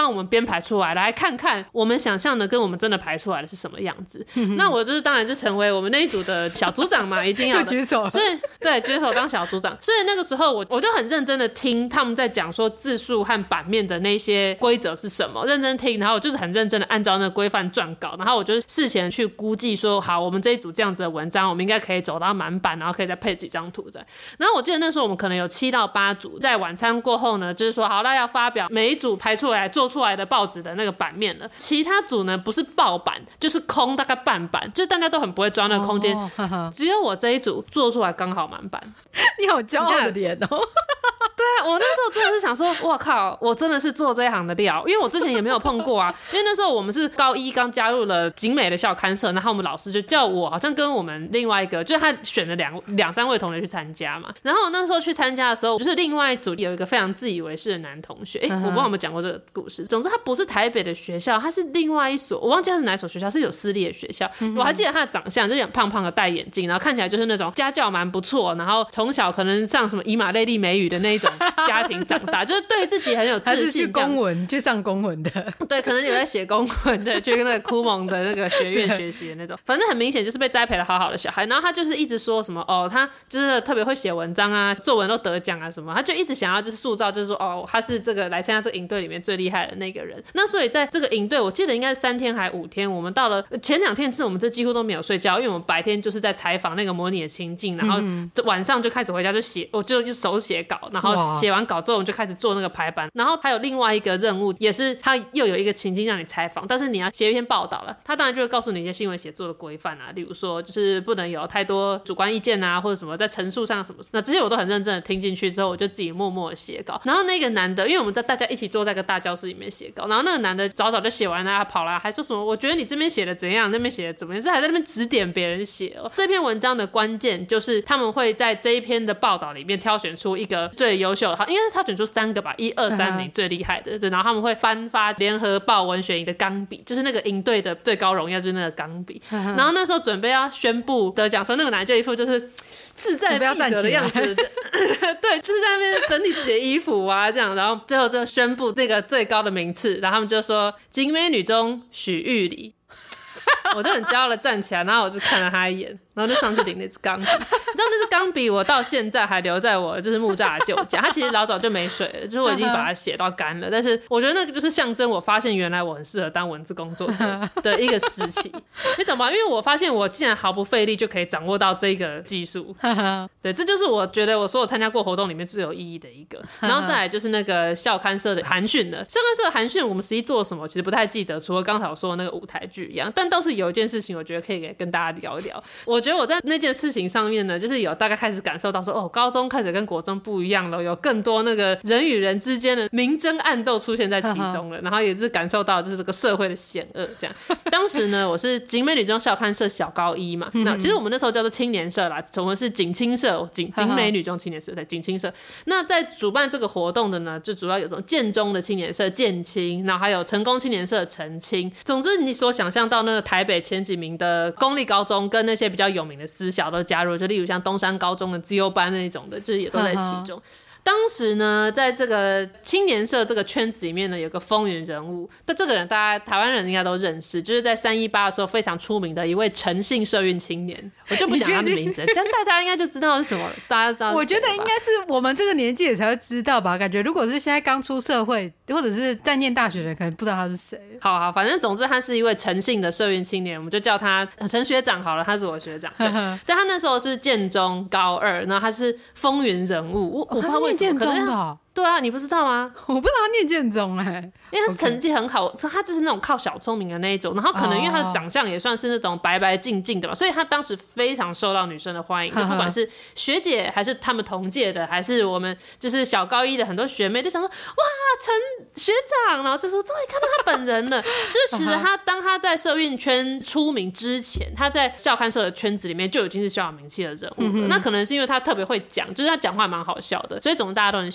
边排出来，来看看我们想象的跟我们真的排出来的是什么样子。那我就是当然就成为我们那一组的小组长嘛，一定要的举手了， 所以对举手当小组长。所以那个时候我就很认真的听他们在讲说字数和版面的那些规则是什么，认真听，然后我就是很认真的按照那个规范撰稿，然后我就事前去估计说，好，我们这一组这样子的文章，我们应该可以走到满版，然后可以再配几张图在。然后我记得那时候我们可能有7到8组，在晚餐过后呢，就是说好，那要发表每一组排出来做出来的报纸的那个版面了。其他组呢不是爆版就是空，大概半版，就是大家都很不会抓那个空间，只有我这一组做出来刚好满版。 你好骄傲的脸哦。 对啊，我那时候真的是想说，哇靠，我真的是做这一行的料，因为我之前也没有碰过啊。因为那时候我们是高一刚加入了景美的校刊社，然后我们老师就叫我，好像跟我们另外一个，就是他选了两三位同学去参加嘛。然后我那时候去参加的时候，就是另外一组有一个非常自以为是的男同学，我不知道有没有讲过这个故事。总之他不是台北的学校，他是另外一所，我忘记他是哪一所学校，是有私立的学校。我还记得他的长相，就是胖胖的，戴眼镜，然后看起来就是那种家教蛮不错，然后从小可能上什么以马内利美语的那一种家庭长大，就是对自己很有自信。他是去公文，去上公文的， 对，可能有在写公文的，去跟那个酷蒙的那个学院学习的那种。反正很明显就是被栽培的好好的小孩。然后他就是一直说什么他就是特别会写文章啊，作文都得奖啊什么，他就一直想要就是塑造，就是说他是这个来参加这个营队里面最厉害的那个人。那所以在这个营队，我记得应该是3天还5天，我们到了前2天是我们这几乎都没有睡觉，因为我们白天就是在采访那个模拟的情境，然后晚上就开始回家就写，我就手写稿，然后写完稿之后我们就开始做那个排版。然后还有另外一个任务，也是他又有一个情境让你采访，但是你要写一篇报道了，他当然就会告诉你一些新闻写作的规范啊，例如说就是不能有太多主观意见啊，或者什么在陈述上什么，那这些我都很认真的听进去之后，我就自己默默的写稿。然后那个男的，因为我们大家一起坐在一个大教室里面写稿，然后那个男的早早就写完了，他跑了还说什么我觉得你这边写的怎样，那边写的怎么样，是还在那边指点别人写这篇文章的关键就是他们会在这一篇的报道里面挑选出一个最优秀的，应该是挑选出3个吧，1、2、3名最厉害的，对，然后他们会颁发联合报文学营的钢笔，就是那个营队的最高荣耀就是那个钢笔。然后那时候准备要宣布得奖时候，那个男就一副就是志在必得的样子，对，就是在那边整理自己的衣服啊这样，然后最后就宣布那个最高的名次，然后他们就说景美女中许玉里。我就很骄傲的站起来，然后我就看了他一眼，然后就上去领那支钢笔。你知道那支钢笔我到现在还留在我就是木栅的旧家，它其实老早就没水了，就是我已经把它写到干了。但是我觉得那个就是象征我发现原来我很适合当文字工作者的一个时期，你懂吗？因为我发现我竟然毫不费力就可以掌握到这个技术，对，这就是我觉得我所有参加过活动里面最有意义的一个。然后再来就是那个校刊社的寒训了，校刊社的寒训我们实际做了什么其实不太记得，除了刚才我说的那个舞台剧一样，但倒是有一件事情我觉得可以跟大家聊一聊。我觉得我在那件事情上面呢，就是有大概开始感受到说高中开始跟国中不一样了，有更多那个人与人之间的明争暗斗出现在其中了，然后也是感受到就是这个社会的险恶这样。当时呢我是景美女中校刊社小高一嘛，那其实我们那时候叫做青年社啦，我们是景青社，景美女中青年社，对，景青社。那在主办这个活动的呢，就主要有种建中的青年社建青，然后还有成功青年社成青。总之你所想象到那个台北前几名的公立高中跟那些比较有名的私校都加入，就例如像东山高中的资优班那种的，就是也都在其中。当时呢在这个青年社这个圈子里面呢，有个风云人物，但这个人大家台湾人应该都认识，就是在318的时候非常出名的一位陈姓社运青年，我就不讲他的名字，这样大家应该就知道是什么了。大家知道是谁吧？我觉得应该是我们这个年纪也才会知道吧，感觉如果是现在刚出社会或者是在念大学的人可能不知道他是谁。 好，反正总之他是一位陈姓的社运青年，我们就叫他陈学长好了，他是我学长。但他那时候是建中高2，然后他是风云人物，我不知道为什么，可能对啊，你不知道吗？ 我不知道他念建中因为他成绩很好，他就是那种靠小聪明的那一种，然后可能因为他的长相也算是那种白白净净的吧，所以他当时非常受到女生的欢迎，就不管是学姐还是他们同届的，还是我们就是小高一的很多学妹，就想说哇陈学长，然后就说终于看到他本人了。就是其实当他在社运圈出名之前，他在校刊社的圈子里面就已经是小有名气的人物了。那可能是因为他特别会讲，就是他讲话蛮好笑的，所以总之大家都很喜欢他。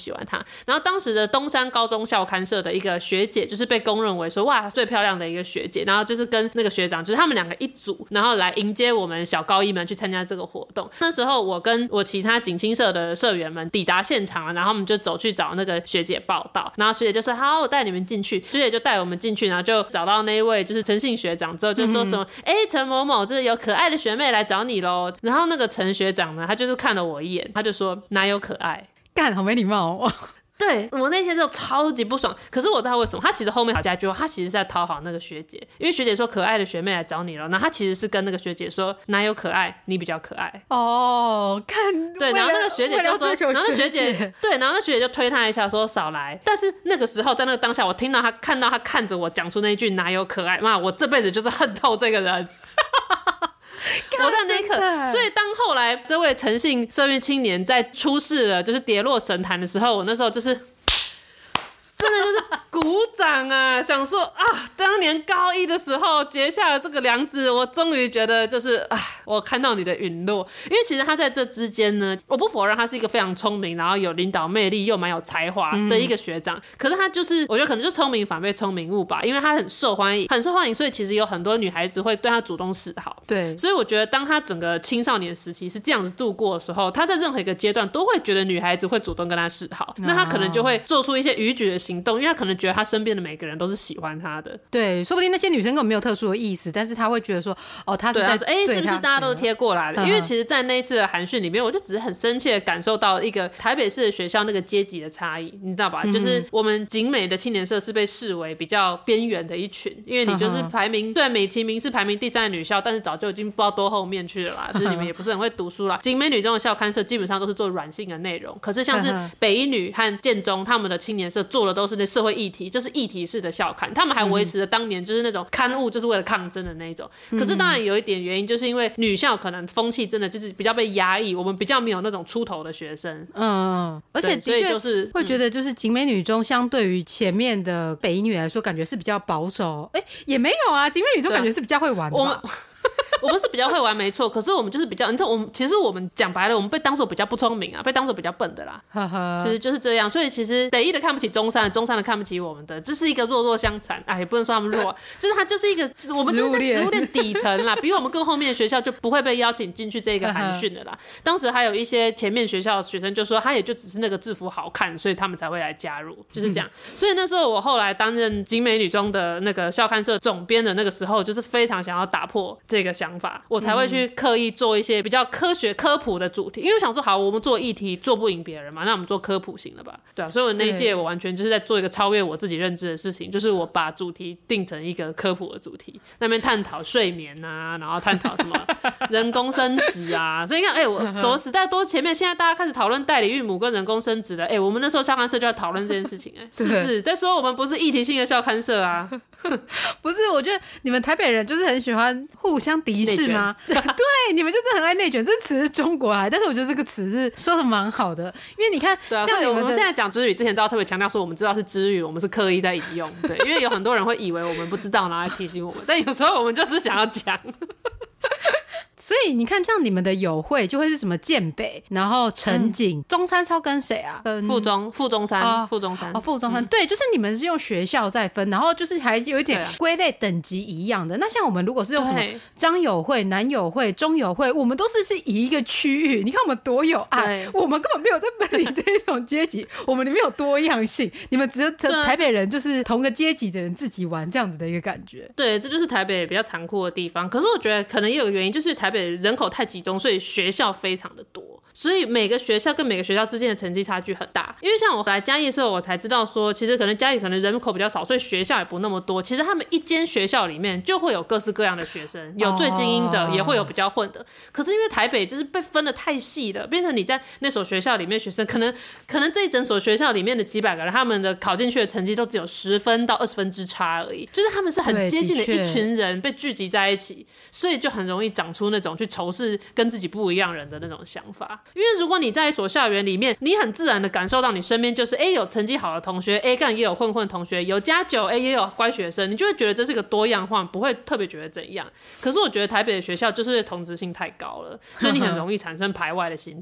然后当时的东山高中校刊社的一个学姐就是被公认为说哇最漂亮的一个学姐，然后就是跟那个学长就是他们两个一组，然后来迎接我们小高一们去参加这个活动。那时候我跟我其他警青社的社员们抵达现场了，然后我们就走去找那个学姐报道，然后学姐就说好我带你们进去，学姐就带我们进去，然后就找到那一位就是陈姓学长之后就说什么陈某某就是有可爱的学妹来找你咯。然后那个陈学长呢他就是看了我一眼，他就说哪有可爱， 干好没礼貌哦。 对，我那天就超级不爽，可是我知道为什么，他其实后面吵架一句话，他其实是在讨好那个学姐，因为学姐说可爱的学妹来找你了，然后他其实是跟那个学姐说哪有可爱，你比较可爱哦，看对，然后那个学姐就说，然后那学姐对，然后那学姐就推他一下说少来，但是那个时候在那个当下，我听到他看到他看着我讲出那一句哪有可爱，妈，我这辈子就是恨透这个人。我在那一刻，所以当后来这位陈姓社运青年在出事了，就是跌落神坛的时候，我那时候就是真的就是鼓掌啊，想说啊，当年高一的时候结下了这个梁子，我终于觉得就是我看到你的陨落。因为其实他在这之间呢，我不否认他是一个非常聪明，然后有领导魅力又蛮有才华的一个学长，可是他就是我觉得可能就聪明反被聪明误吧，因为他很受欢迎，所以其实有很多女孩子会对他主动示好。 对， 所以我觉得当他整个青少年时期是这样子度过的时候，他在任何一个阶段都会觉得女孩子会主动跟他示好，那他可能就会做出一些逾矩的行动，因为他可能觉得他身边的每个人都是喜欢他的。 对，说不定那些女生根本没有特殊的意思，但是他会觉得说他是在是不是大家都贴过来的？因为其实在那一次的寒训里面，我就只是很深切的感受到一个台北市的学校那个阶级的差异，你知道吧？就是我们景美的青年社是被视为比较边缘的一群，因为你就是排名对美其名是排名第3的女校，但是早就已经不知道多后面去了啦，就是你们也不是很会读书啦。景美女中的校刊社基本上都是做软性的内容，可是像是北一女和建中他们的青年社做的都是那社会议题，就是议题式的校刊，他们还维持了当年就是那种刊物就是为了抗争的那种。可是当然有一点原因，就是因为女校可能风气真的就是比较被压抑，我们比较没有那种出头的学生。而且的确就是会觉得就是景美女中相对于前面的北一女来说，感觉是比较保守。 也没有啊，景美女中感觉是比较会玩的吧。 我们是比较会玩没错，可是我们就是比较，你知道其实我们讲白了，我们被当作比较不聪明啊，被当作比较笨的啦。其实就是这样，所以其实北一的看不起中山的，中山的看不起我们的，这是一个弱弱相残。也不能说他们弱，就是他就是一个我们就是在食物链底层啦，比我们更后面的学校就不会被邀请进去这个寒训的啦。当时还有一些前面学校的学生就说，他也就只是那个制服好看，所以他们才会来加入，就是这样。所以那时候我后来担任景美女中的那个校刊社总编的那个时候，就是非常想要打破这个想法，我才会去刻意做一些比较科学科普的主题，因为我想说好，我们做议题做不赢别人嘛，那我们做科普型的吧，对啊。所以我那一届我完全就是在做一个超越我自己认知的事情，就是我把主题定成一个科普的主题，那边探讨睡眠啊，然后探讨什么人工生殖啊，所以你看我走的时代多前面，现在大家开始讨论代理孕母跟人工生殖了，我们那时候校刊社就要讨论这件事情，是不是再说我们不是议题性的校刊社啊？ 不是，我觉得你们台北人就是很喜欢互相敌视吗？对，你们就是很爱内卷，这词是中国来，但是我觉得这个词是说的蛮好的，因为你看， 对啊，像我们现在讲支语之前都要特别强调说，我们知道是支语，我们是刻意在引用，对，因为有很多人会以为我们不知道，然后来提醒我们，但有时候我们就是想要讲。 所以你看，这样你们的友会就会是什么建北，然后陈景、中山超跟谁啊？跟附中山，附中山， 对，就是你们是用学校在分，然后就是还有一点归类等级一样的。那像我们如果是用什么张友会、南友会、中友会，我们都是以一个区域。你看我们多有爱，我们根本没有在分离这种阶级，我们里面有多样性。你们只有台北人就是同个阶级的人自己玩这样子的一个感觉。 对，这就是台北比较残酷的地方。可是我觉得可能也有个原因，就是台北人口太集中，所以学校非常的多，所以每个学校跟每个学校之间的成绩差距很大。因为像我来嘉义的时候，我才知道说，其实可能嘉义可能人口比较少，所以学校也不那么多。其实他们一间学校里面就会有各式各样的学生，有最精英的，也会有比较混的。可是因为台北就是被分得太细了，变成你在那所学校里面，学生可能这一整所学校里面的几百个人，他们的考进去的成绩都只有10分到20分之差而已，就是他们是很接近的一群人被聚集在一起，所以就很容易长出那种去仇视跟自己不一样人的那种想法。因为如果你在一所校园里面，你很自然的感受到你身边就是有成绩好的同学，干也有混同学，有加9也有乖学生，你就会觉得这是个多样化，不会特别觉得怎样。可是我觉得台北的学校就是同质性太高了，所以你很容易产生排外的心态。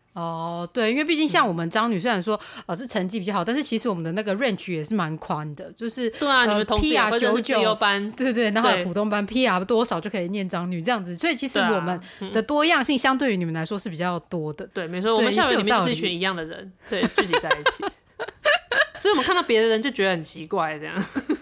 对，因为毕竟像我们彰女虽然说是成绩比较好，但是其实我们的那个 range 也是蛮宽的，就是对啊，你们同时也会认识自由班， 对对，然后普通班 PR 多少就可以念彰女这样子，所以其实我们的多样性相对于你们来说是比较多的。 对，没错，我们校园里面就是一群一样的人，对，聚集在一起，所以我们看到别的人就觉得很奇怪这样。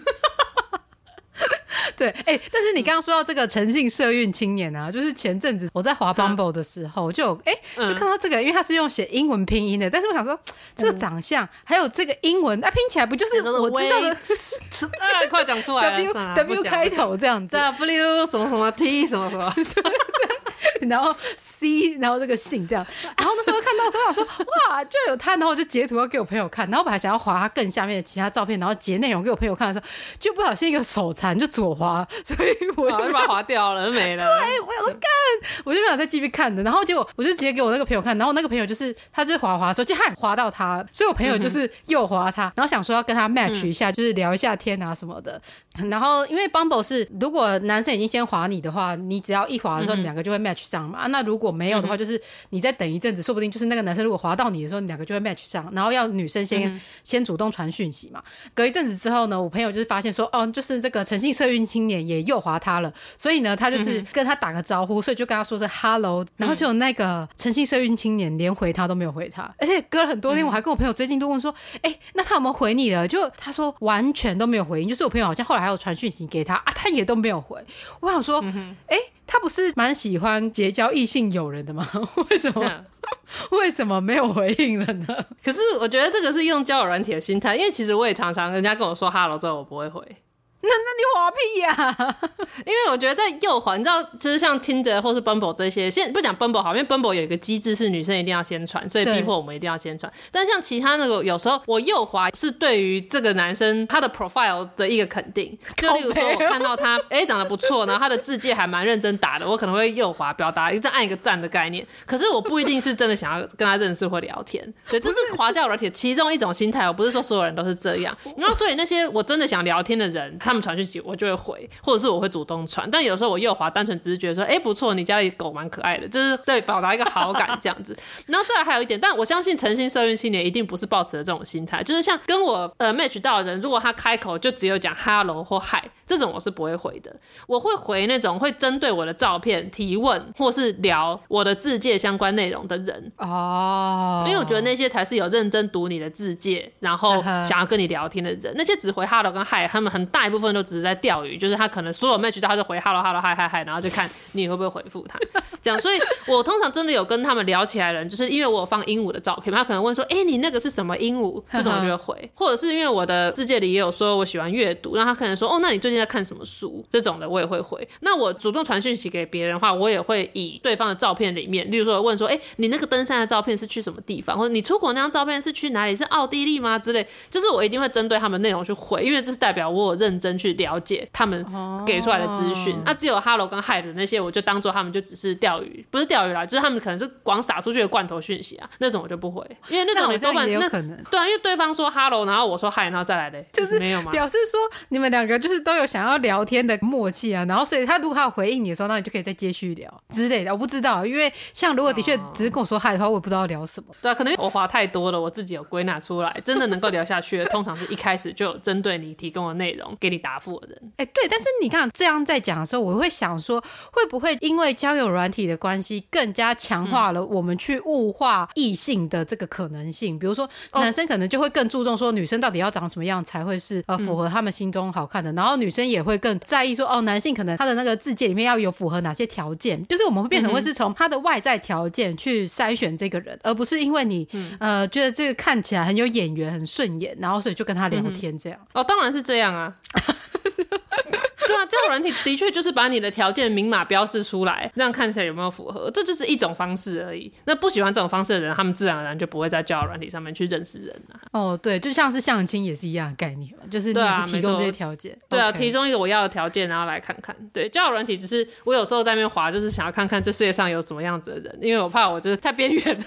对，但是你刚刚说到这个诚信社运青年啊，就是前阵子我在滑 Bumble 的时候，就看到这个，因为他是用写英文拼音的，但是我想说这个长相还有这个英文，拼起来不就是我知道的？ 快讲出来了 W 开头这样子 ，W 什么什么 T 什么什么， 对，然后 C， 然后这个姓这样，然后那时候看到的时候我想说哇，就有他，然后我就截图要给我朋友看，然后我本来想要滑他更下面的其他照片，然后截内容给我朋友看的时候，就不小心一个手残就左滑，所以我就把它滑掉了，没了。 对，我想说干，我就没有再继续看的，然后结果我就直接给我那个朋友看，然后那个朋友就是他就是滑的时候就他滑到他，所以我朋友就是右滑他，然后想说要跟他 match 一下，就是聊一下天啊什么的。然后因为 Bumble 是如果男生已经先滑你的话，你只要一滑的时候，你两个就会 match 上嘛。那如果没有的话，就是你再等一阵子，说不定就是那个男生如果滑到你的时候，你两个就会 match 上，然后要女生先主动传讯息嘛。隔一阵子之后呢，我朋友就是发现说，就是这个诚信社运青年也右滑他了，所以呢，他就是跟他打个招呼，所以就跟他说是 hello， 然后就有那个诚信社运青年连回他都没有回他，而且隔了很多天，我还跟我朋友最近都问说，那他有没有回你了？就他说完全都没有回应，就是我朋友好像后来还有传讯息给他啊，他也都没有回。我想说，他不是蛮喜欢结交异性友人的吗？为什么没有回应了呢？ 可是我觉得这个是用交友软体的心态，因为其实我也常常人家跟我说 hello 之后我不会回。 那你滑屁呀因为我觉得在右滑，你知道就是像 Tinder 或是 Bumble 这些，先不讲 Bumble 好，因为 Bumble 有一个机制是女生一定要先传，所以逼迫我们一定要先传。但像其他那个有时候我右滑是对于这个男生他的 profile 的一个肯定，就例如说我看到他长得不错，然后他的字界还蛮认真打的，我可能会右滑表达再按一个赞的概念，可是我不一定是真的想要跟他认识或聊天。对，这是滑交友软体其中一种心态，我不是说所有人都是这样。然后所以那些我真的想聊天的人，他们传讯息我就会回，或者是我会主动传，但有时候我右滑单纯只是觉得说不错，你家里狗蛮可爱的，就是对表达一个好感这样子。然后再来还有一点，但我相信诚信社运青年一定不是抱持的这种心态，就是像跟我match 到的人，如果他开口就只有讲 hello 或 hi 这种我是不会回的，我会回那种会针对我的照片提问或是聊我的自介相关内容的人因为我觉得那些才是有认真读你的自介然后想要跟你聊天的人。那些只回 hello 跟 hi 他们很大一部分都只是在钓鱼，就是他可能所有 match 到他就回 hello hello hi hi hi， 然后就看你会不会回复他这样。所以我通常真的有跟他们聊起来的人，就是因为我有放鹦鹉的照片，他可能问说你那个是什么鹦鹉，这种我就会回或者是因为我的自介里也有说我喜欢阅读，然后他可能说那你最近在看什么书，这种的我也会回。那我主动传讯息给别人的话，我也会以对方的照片里面，例如说我问说你那个登山的照片是去什么地方，或者你出国那张照片是去哪里，是奥地利吗之类，就是我一定会针对他们内容去回，因为这是代表我有认真去了解他们给出来的资讯。只有 hello 跟 hi 的那些我就当做他们就只是钓鱼，不是钓鱼啦，就是他们可能是广撒出去的罐头讯息啊，那种我就不回，因为那种你多半也有可能对啊，因为对方说 hello 然后我说 hi 然后再来的就是没有嘛， 表示说你们两个就是都有想要聊天的默契啊，然后所以他如果他有回应你的时候，那你就可以再继续聊之类的。我不知道，因为像如果的确只是跟我说 hi 的话，我也不知道要聊什么。 对啊，可能我滑太多了，我自己有归纳出来，真的能够聊下去的通常是一开始就有针对你提供的内容给你答复的人。 对，但是你看这样在讲的时候，我会想说会不会因为交友软体的关系更加强化了我们去物化异性的这个可能性。比如说男生可能就会更注重说女生到底要长什么样才会是符合他们心中好看的，然后女生也会更在意说男性可能他的那个自介里面要有符合哪些条件，就是我们会变成会是从他的外在条件去筛选这个人，而不是因为你觉得这个看起来很有眼缘很顺眼，然后所以就跟他聊天这样。 当然是这样啊对啊，交友软体的确就是把你的条件明码标示出来，这样看起来有没有符合，这就是一种方式而已。那不喜欢这种方式的人，他们自然而然就不会在交友软体上面去认识人啊。 对，就像是相亲也是一样的概念嘛，就是你只提供这些条件。 对啊，提供一个我要的条件，然后来看看。对，交友软体只是我有时候在那边滑，就是想要看看这世界上有什么样子的人，因为我怕我就是太边缘了。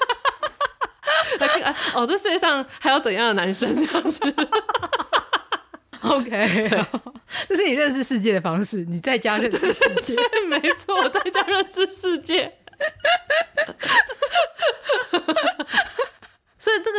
这世界上还有怎样的男生这样子 OK， 这是你认识世界的方式，你在家认识世界。 没错，我在家认识世界。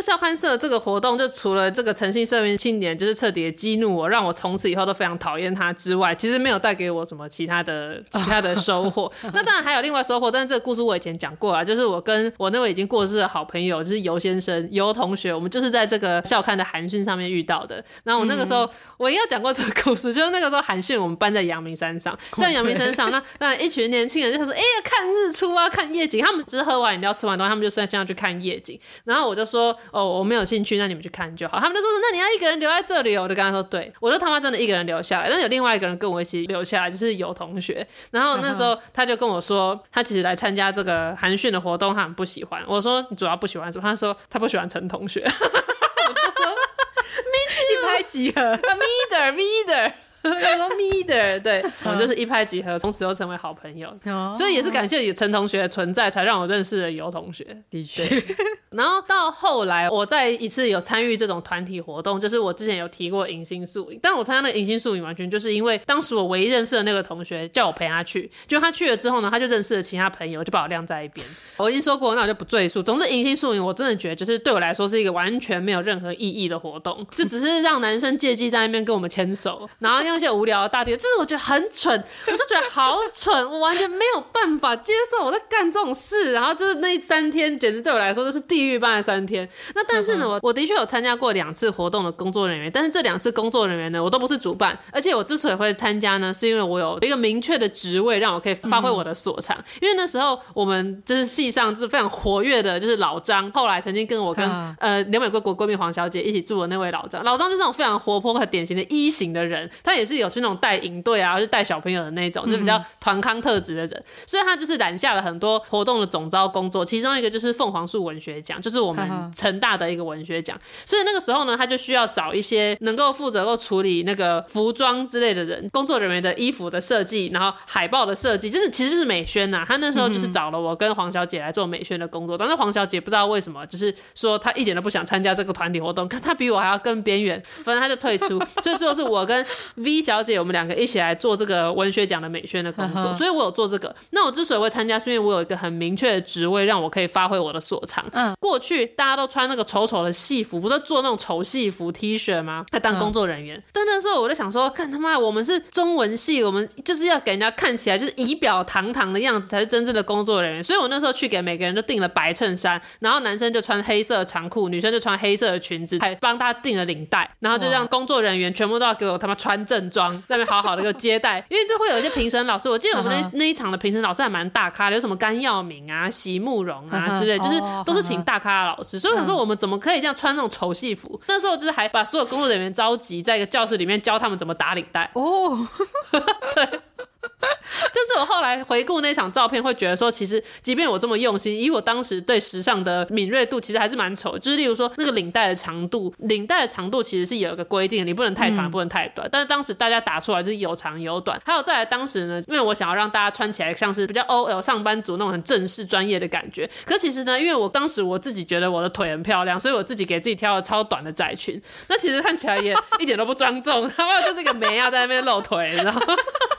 校刊社这个活动，就除了这个诚信社运庆典就是彻底的激怒我，让我从此以后都非常讨厌他之外，其实没有带给我什么其他的收获。那当然还有另外收获，但是这个故事我以前讲过了，就是我跟我那位已经过世的好朋友，就是尤先生、尤同学，我们就是在这个校刊的函讯上面遇到的。然后我那个时候我应该讲过这个故事，就是那个时候函讯我们搬在阳明山上，在阳明山上，那一群年轻人就说，看日出啊，看夜景。他们只是喝完饮料、吃完东西，他们就说想要去看夜景。然后我就说，我没有兴趣，那你们去看就好。他们就说，那你要一个人留在这里哦。我就跟他说，对，我就他妈真的一个人留下来，但有另外一个人跟我一起留下来，就是尤同学。然后那时候他就跟我说，他其实来参加这个函讯的活动，他很不喜欢。我说你主要不喜欢什么？他说他不喜欢陈同学。我就说一拍即合 ，me either。他说 me 对，我们就是一拍即合，从此都成为好朋友。所以也是感谢陈同学的存在，才让我认识了尤同学。 的确。 然后到后来，我再一次有参与这种团体活动，就是我之前有提过迎新宿营，但我参加那个迎新宿营完全就是因为当时我唯一认识的那个同学叫我陪他去，就他去了之后呢，他就认识了其他朋友，就把我晾在一边。我已经说过，那我就不赘述。总之迎新宿营我真的觉得就是对我来说是一个完全没有任何意义的活动，就只是让男生借机在那边跟我们牵手，然后用一些无聊的大地，就是我觉得很蠢，我就觉得好蠢，我完全没有办法接受我在干这种事。然后就是那3天简直对我来说就是地狱般的3天。那但是呢，我的确有参加过2次活动的工作人员，但是这2次工作人员呢，我都不是主办，而且我之所以会参加呢，是因为我有一个明确的职位让我可以发挥我的所长。因为那时候我们就是系上是非常活跃的，就是老张，后来曾经跟我跟留美归国闺蜜黄小姐一起住的那位老张就是那种非常活泼和典型的E型的人，他也是有去那种带营队啊，就带小朋友的那种，就是比较团康特质的人，所以他就是揽下了很多活动的总召工作，其中一个就是凤凰树文学奖，就是我们成大的一个文学奖。所以那个时候呢，他就需要找一些能够负责处理那个服装之类的人，工作人员的衣服的设计，然后海报的设计，就是其实是美宣啊。他那时候就是找了我跟黄小姐来做美宣的工作，但是黄小姐不知道为什么，就是说她一点都不想参加这个团体活动，看她比我还要更边缘，反正她就退出。所以最后是我跟 V 小姐我们2个一起来做这个文学奖的美宣的工作，所以我有做这个。那我之所以会参加，是因为我有一个很明确的职位，让我可以发挥我的所长。过去大家都穿那个丑丑的戏服，不是做那种丑戏服 T 恤吗？还当工作人员。但那时候我就想说，看他妈，我们是中文系，我们就是要给人家看起来就是仪表堂堂的样子，才是真正的工作人员。所以我那时候去给每个人都订了白衬衫，然后男生就穿黑色的长裤，女生就穿黑色的裙子，还帮他订了领带，然后就让工作人员全部都要给我他妈穿正装，在那边好好的给我接待。因为这会有一些评审老师，我记得我们那一场的评审老师还蛮大咖的，有什么甘耀明啊、席慕容啊之类，就是都是请大咖的老师。所以我想说，我们怎么可以这样穿那种丑戏服？那时候就是还把所有工作人员召集在一个教室里面，教他们怎么打领带。对。但是我后来回顾那场照片，会觉得说，其实即便我这么用心，以我当时对时尚的敏锐度，其实还是蛮丑。就是例如说那个领带的长度其实是有一个规定的，你不能太长，也不能太短。但是当时大家打出来就是有长有短。还有再来当时呢，因为我想要让大家穿起来像是比较 OL 上班族那种很正式专业的感觉。可其实呢，因为我当时我自己觉得我的腿很漂亮，所以我自己给自己挑了超短的窄裙。那其实看起来也一点都不庄重，他们就是一个妹啊在那边露腿，你知道吗？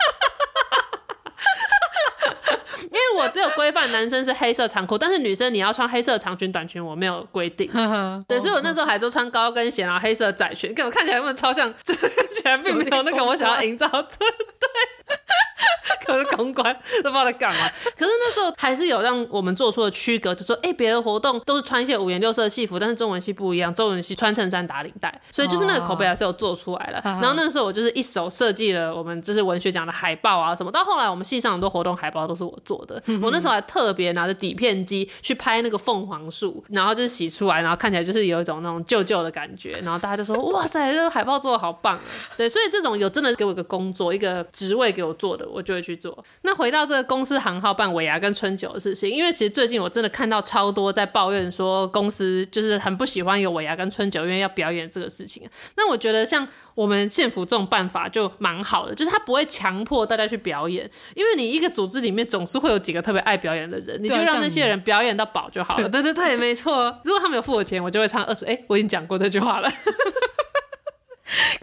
因为我只有规范男生是黑色长裤，但是女生你要穿黑色长裙短裙我没有规定。对，所以我那时候还都穿高跟鞋，然后黑色窄裙，我看起来根本超像，看起来并没有那个我想要营造的。对，可是公关都不知道在干嘛。可是那时候还是有让我们做出了区隔，就说别的活动都是穿一些五颜六色的戏服，但是中文系不一样，中文系穿衬衫打领带，所以就是那个口碑还是有做出来了。然后那时候我就是一手设计了我们就是文学奖的海报啊什么，到后来我们系上很多活动海报都是我做的。我那时候还特别拿着底片机去拍那个凤凰树，然后就是洗出来，然后看起来就是有一种那种旧旧的感觉，然后大家就说哇塞，这个海报做的好棒。对，所以这种有真的给我一个工作一个职位给我做的，我就会去做。那回到这个公司行号办尾牙跟春酒的事情，因为其实最近我真的看到超多在抱怨说公司就是很不喜欢有尾牙跟春酒，因为要表演这个事情。那我觉得像我们县府这种办法就蛮好的，就是他不会强迫大家去表演，因为你一个组织里面总是会有几个特别爱表演的人，你就让那些人表演到饱就好了。对对对，没错。如果他们有付我钱，我就会唱20。我已经讲过这句话了。 可是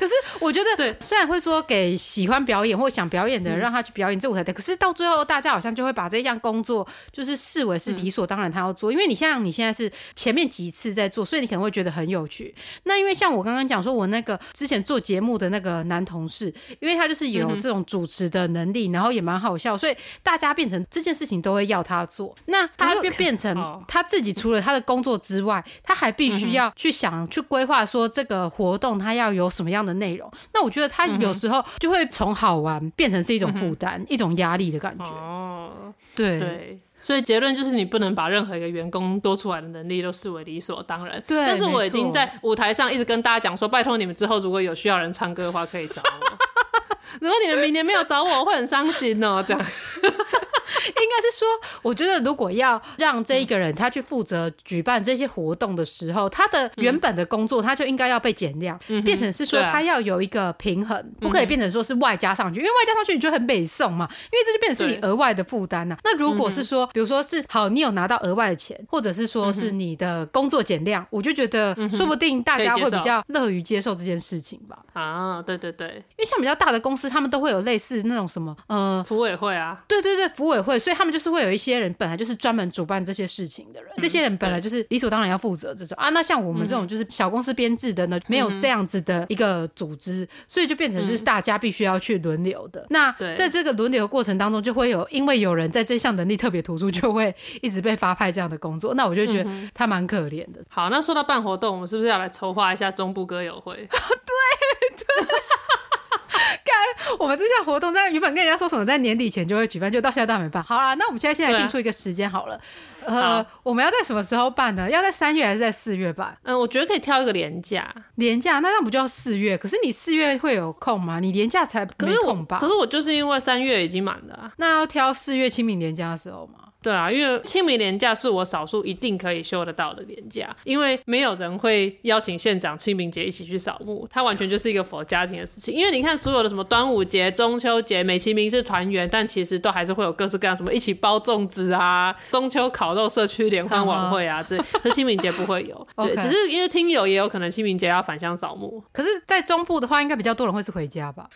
我觉得虽然会说给喜欢表演或想表演的人让他去表演这舞台的，可是到最后大家好像就会把这项工作就是视为是理所当然他要做，因为你像你现在是前面几次在做，所以你可能会觉得很有趣。那因为像我刚刚讲说我那个之前做节目的那个男同事，因为他就是有这种主持的能力，然后也蛮好笑，所以大家变成这件事情都会要他做，那他就变成他自己除了他的工作之外，他还必须要去想去规划说这个活动他要有什么样的内容。那我觉得他有时候就会从好玩变成是一种负担，一种压力的感觉。对， 所以结论就是你不能把任何一个员工多出来的能力都视为理所当然。 对， 但是我已经在舞台上一直跟大家讲说，拜托你们之后如果有需要人唱歌的话可以找我如果你们明年没有找我，我会很伤心哦。这样应该是说，我觉得如果要让这一个人他去负责举办这些活动的时候，他的原本的工作他就应该要被减量，变成是说他要有一个平衡，不可以变成说是外加上去，因为外加上去你就很北宋嘛，因为这就变成是你额外的负担啊。那如果是说比如说是好你有拿到额外的钱，或者是说是你的工作减量，我就觉得说不定大家会比较乐于接受这件事情吧。 啊，对， 因为像比较大的公司他们都会有类似那种什么福委会啊， 对，福委会，所以他们就是会有一些人本来就是专门主办这些事情的人，这些人本来就是理所当然要负责这种啊。那像我们这种就是小公司编制的呢，没有这样子的一个组织，所以就变成是大家必须要去轮流的。那在这个轮流过程当中，就会有因为有人在这项能力特别突出，就会一直被发派这样的工作，那我就觉得他蛮可怜的。 好，那说到办活动，我们是不是要来筹划一下中部歌友会？ 对我们这项活动在原本跟人家说什么在年底前就会举办，就到现在都还没办。好啦，那我们现在先来定出一个时间好了。我们要在什么时候办呢？要在3月还是在4月办？ 我觉得可以挑一个连假， 那不就要4月？可是你4月会有空吗？你连假才没空吧？ 可是我就是因为3月已经满了啊。 那要挑4月清明连假的时候吗？ 对啊，因为清明连假是我少数一定可以休得到的连假，因为没有人会邀请县长清明节一起去扫墓，它完全就是一个for家庭的事情。因为你看所有的什么端午节、中秋节，美其名是团圆，但其实都还是会有各式各样什么一起包粽子啊、中秋烤肉、社区联欢晚会啊这清明节不会有。对，只是因为听友也有可能清明节要返乡扫墓。 可是在中部的话应该比较多人会是回家吧。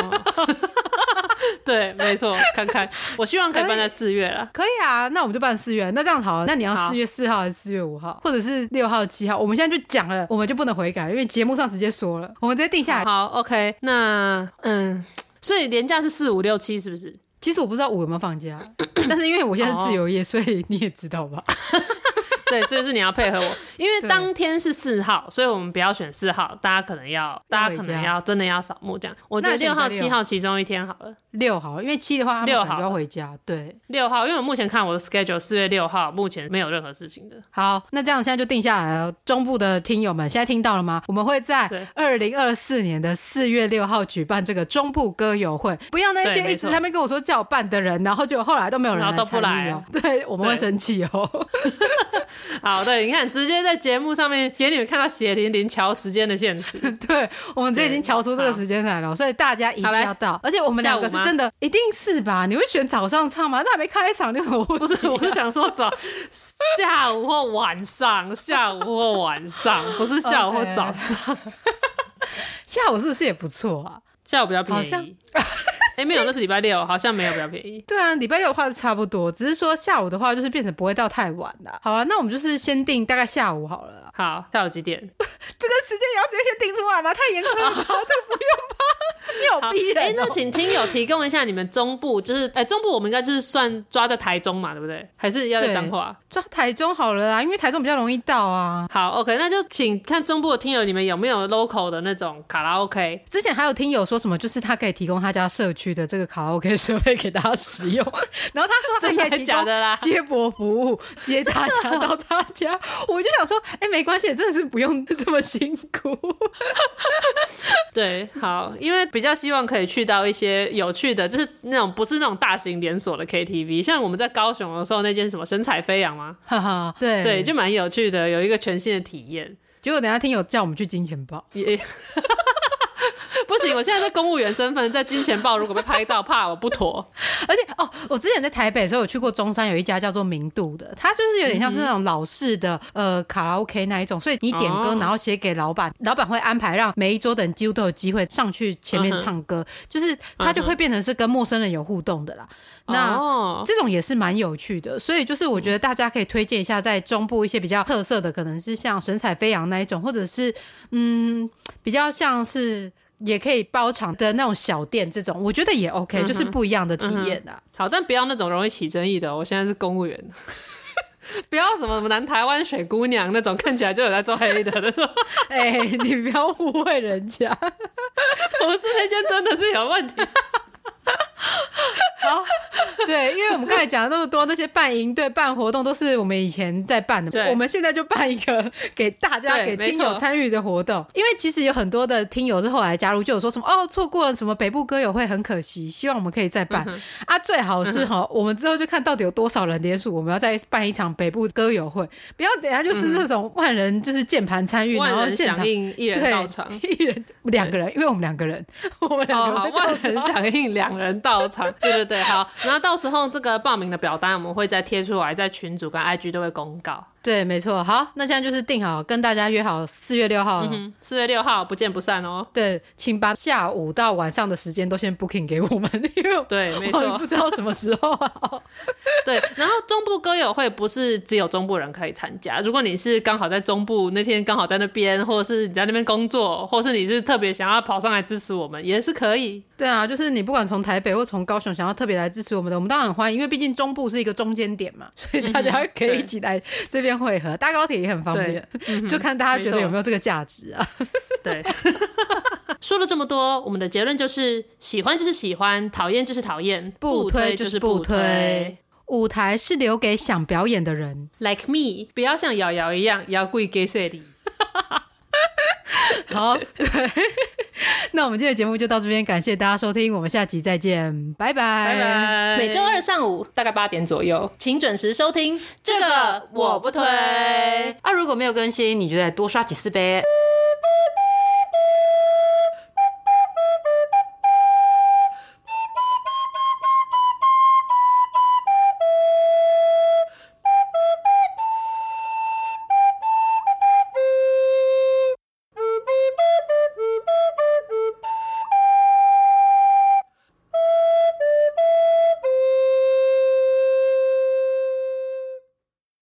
对，没错，看看我希望可以办在4月啦。 可以啊，那我们就办4月。那这样好了，那你要4月4号还是4月5号，或者是6号7号？我们现在就讲了，我们就不能悔改，因为节目上直接说了，我们直接定下来。 好 OK， 那所以连假是4、5、6、7是不是？ 其实我不知道5有没有放假但是因为我现在是自由业所以你也知道吧对，所以是你要配合我，因为当天是4号，所以我们不要选4号，大家可能要真的要扫墓这样。我觉得6号、7号其中一天好了。 6号，因为7的话他们可能就要回家。对 ，6号，因为我目前看我的 schedule 4月6号目前没有任何事情的。 好，那这样现在就定下来了。中部的听友们现在听到了吗？我们会在2024年的4月6号举办这个中部歌友会，不要那些一直在那边跟我说叫我办的人，然后就后来都没有人来参与哦。对，我们会生气哦。 好，对，你看直接在节目上面给你们看到血淋淋瞧时间的现实。 对，我们这已经瞧出这个时间来了，所以大家一定要到。而且我们两个是真的，一定是吧？你会选早上唱吗？那还没开场就什么？ 不是，我是想说下午或晚上，下午或晚上，不是下午或早上。 下午是不是也不错啊？ 下午比较便宜。没有，那是礼拜6，好像没有比较便宜。 对啊，礼拜6的话是差不多，只是说下午的话就是变成不会到太晚啦。好啊，那我们就是先定大概下午好了啦。 好，下午几点？ 这个时间也要直接先定出来吗？太严苛了吧？这个不用吧？你有逼人那请听友提供一下你们中部，就是中部我们应该就是算抓在台中嘛，对不对？还是要在彰化？ 抓台中好了啦，因为台中比较容易到啊。 好 OK， 那就请看中部的听友你们有没有 local 的那种卡拉 OK。 之前还有听友说什么就是他可以提供他家社区的这个卡拉 OK 设备给大家使用，然后他说他可以提供接驳服务接大家到他家。我就想说没关系，真的是不用这么辛苦。 对，好，因为比较希望可以去到一些有趣的，就是那种不是那种大型连锁的 KTV， 像我们在高雄的时候那间什么神采飞扬吗？对，就蛮有趣的，有一个全新的体验。 结果等一下听友叫我们去金钱豹， 不行，我现在在公务员身份，在金钱豹如果被拍到，怕我不妥。 而且我之前在台北的时候有去过中山，有一家叫做明度的，它就是有点像是那种老式的卡拉 OK 那一种，所以你点歌然后写给老板，老板会安排让每一桌的人几乎都有机会上去前面唱歌，就是它就会变成是跟陌生人有互动的啦。那这种也是蛮有趣的，所以就是我觉得大家可以推荐一下在中部一些比较特色的，可能是像神采飞扬那一种，或者是比较像是也可以包场的那种小店，这种我觉得也 OK，就是不一样的体验啊。 好，但不要那种容易起争议的。我现在是公务员，不要什么南台湾水姑娘那种看起来就有在做黑的那种。 你不要误会人家， 我是那间真的是有问题。 好，对，因为我们刚才讲了那么多，那些办营队、办活动都是我们以前在办的，我们现在就办一个给大家、给听友参与的活动。因为其实有很多的听友是后来加入，就有说什么错过了什么北部歌友会很可惜，希望我们可以再办最好是我们之后就看到底有多少人联署，我们要再办一场北部歌友会，不要等一下就是那种万人就是键盘参与，然后现场响应一人到场， 一人2个人，因为我们2个人， 好，万人响应2人到场，对，好，然后到时候这个报名的表单我们会再贴出来，在群组跟 IG 都会公告。 对，没错。好，那现在就是定好跟大家约好4月6号 4月6号不见不散哦。 对，请把下午到晚上的时间都先 booking 给我们，因为对，没错， 不知道什么时候对，然后中部歌友会不是只有中部人可以参加，如果你是刚好在中部那天刚好在那边，或者是你在那边工作，或是你是特别想要跑上来支持我们也是可以。 对啊，就是你不管从台北或从高雄想要特别来支持我们的，我们当然很欢迎，因为毕竟中部是一个中间点嘛，所以大家可以一起来这边汇合，搭高铁也很方便，就看大家觉得有没有这个价值啊。 对，说了这么多，我们的结论就是喜欢就是喜欢，讨厌就是讨厌， 不推就是不推。舞台是留给想表演的人 ，like me， 不要像瑶瑶一样要跪给谁的。 好，对，那我们今天的节目就到这边，感谢大家收听，我们下集再见，拜拜， 拜拜。每周2上午大概8点左右，请准时收听。这个我不推如果没有更新，你就再多刷几次呗。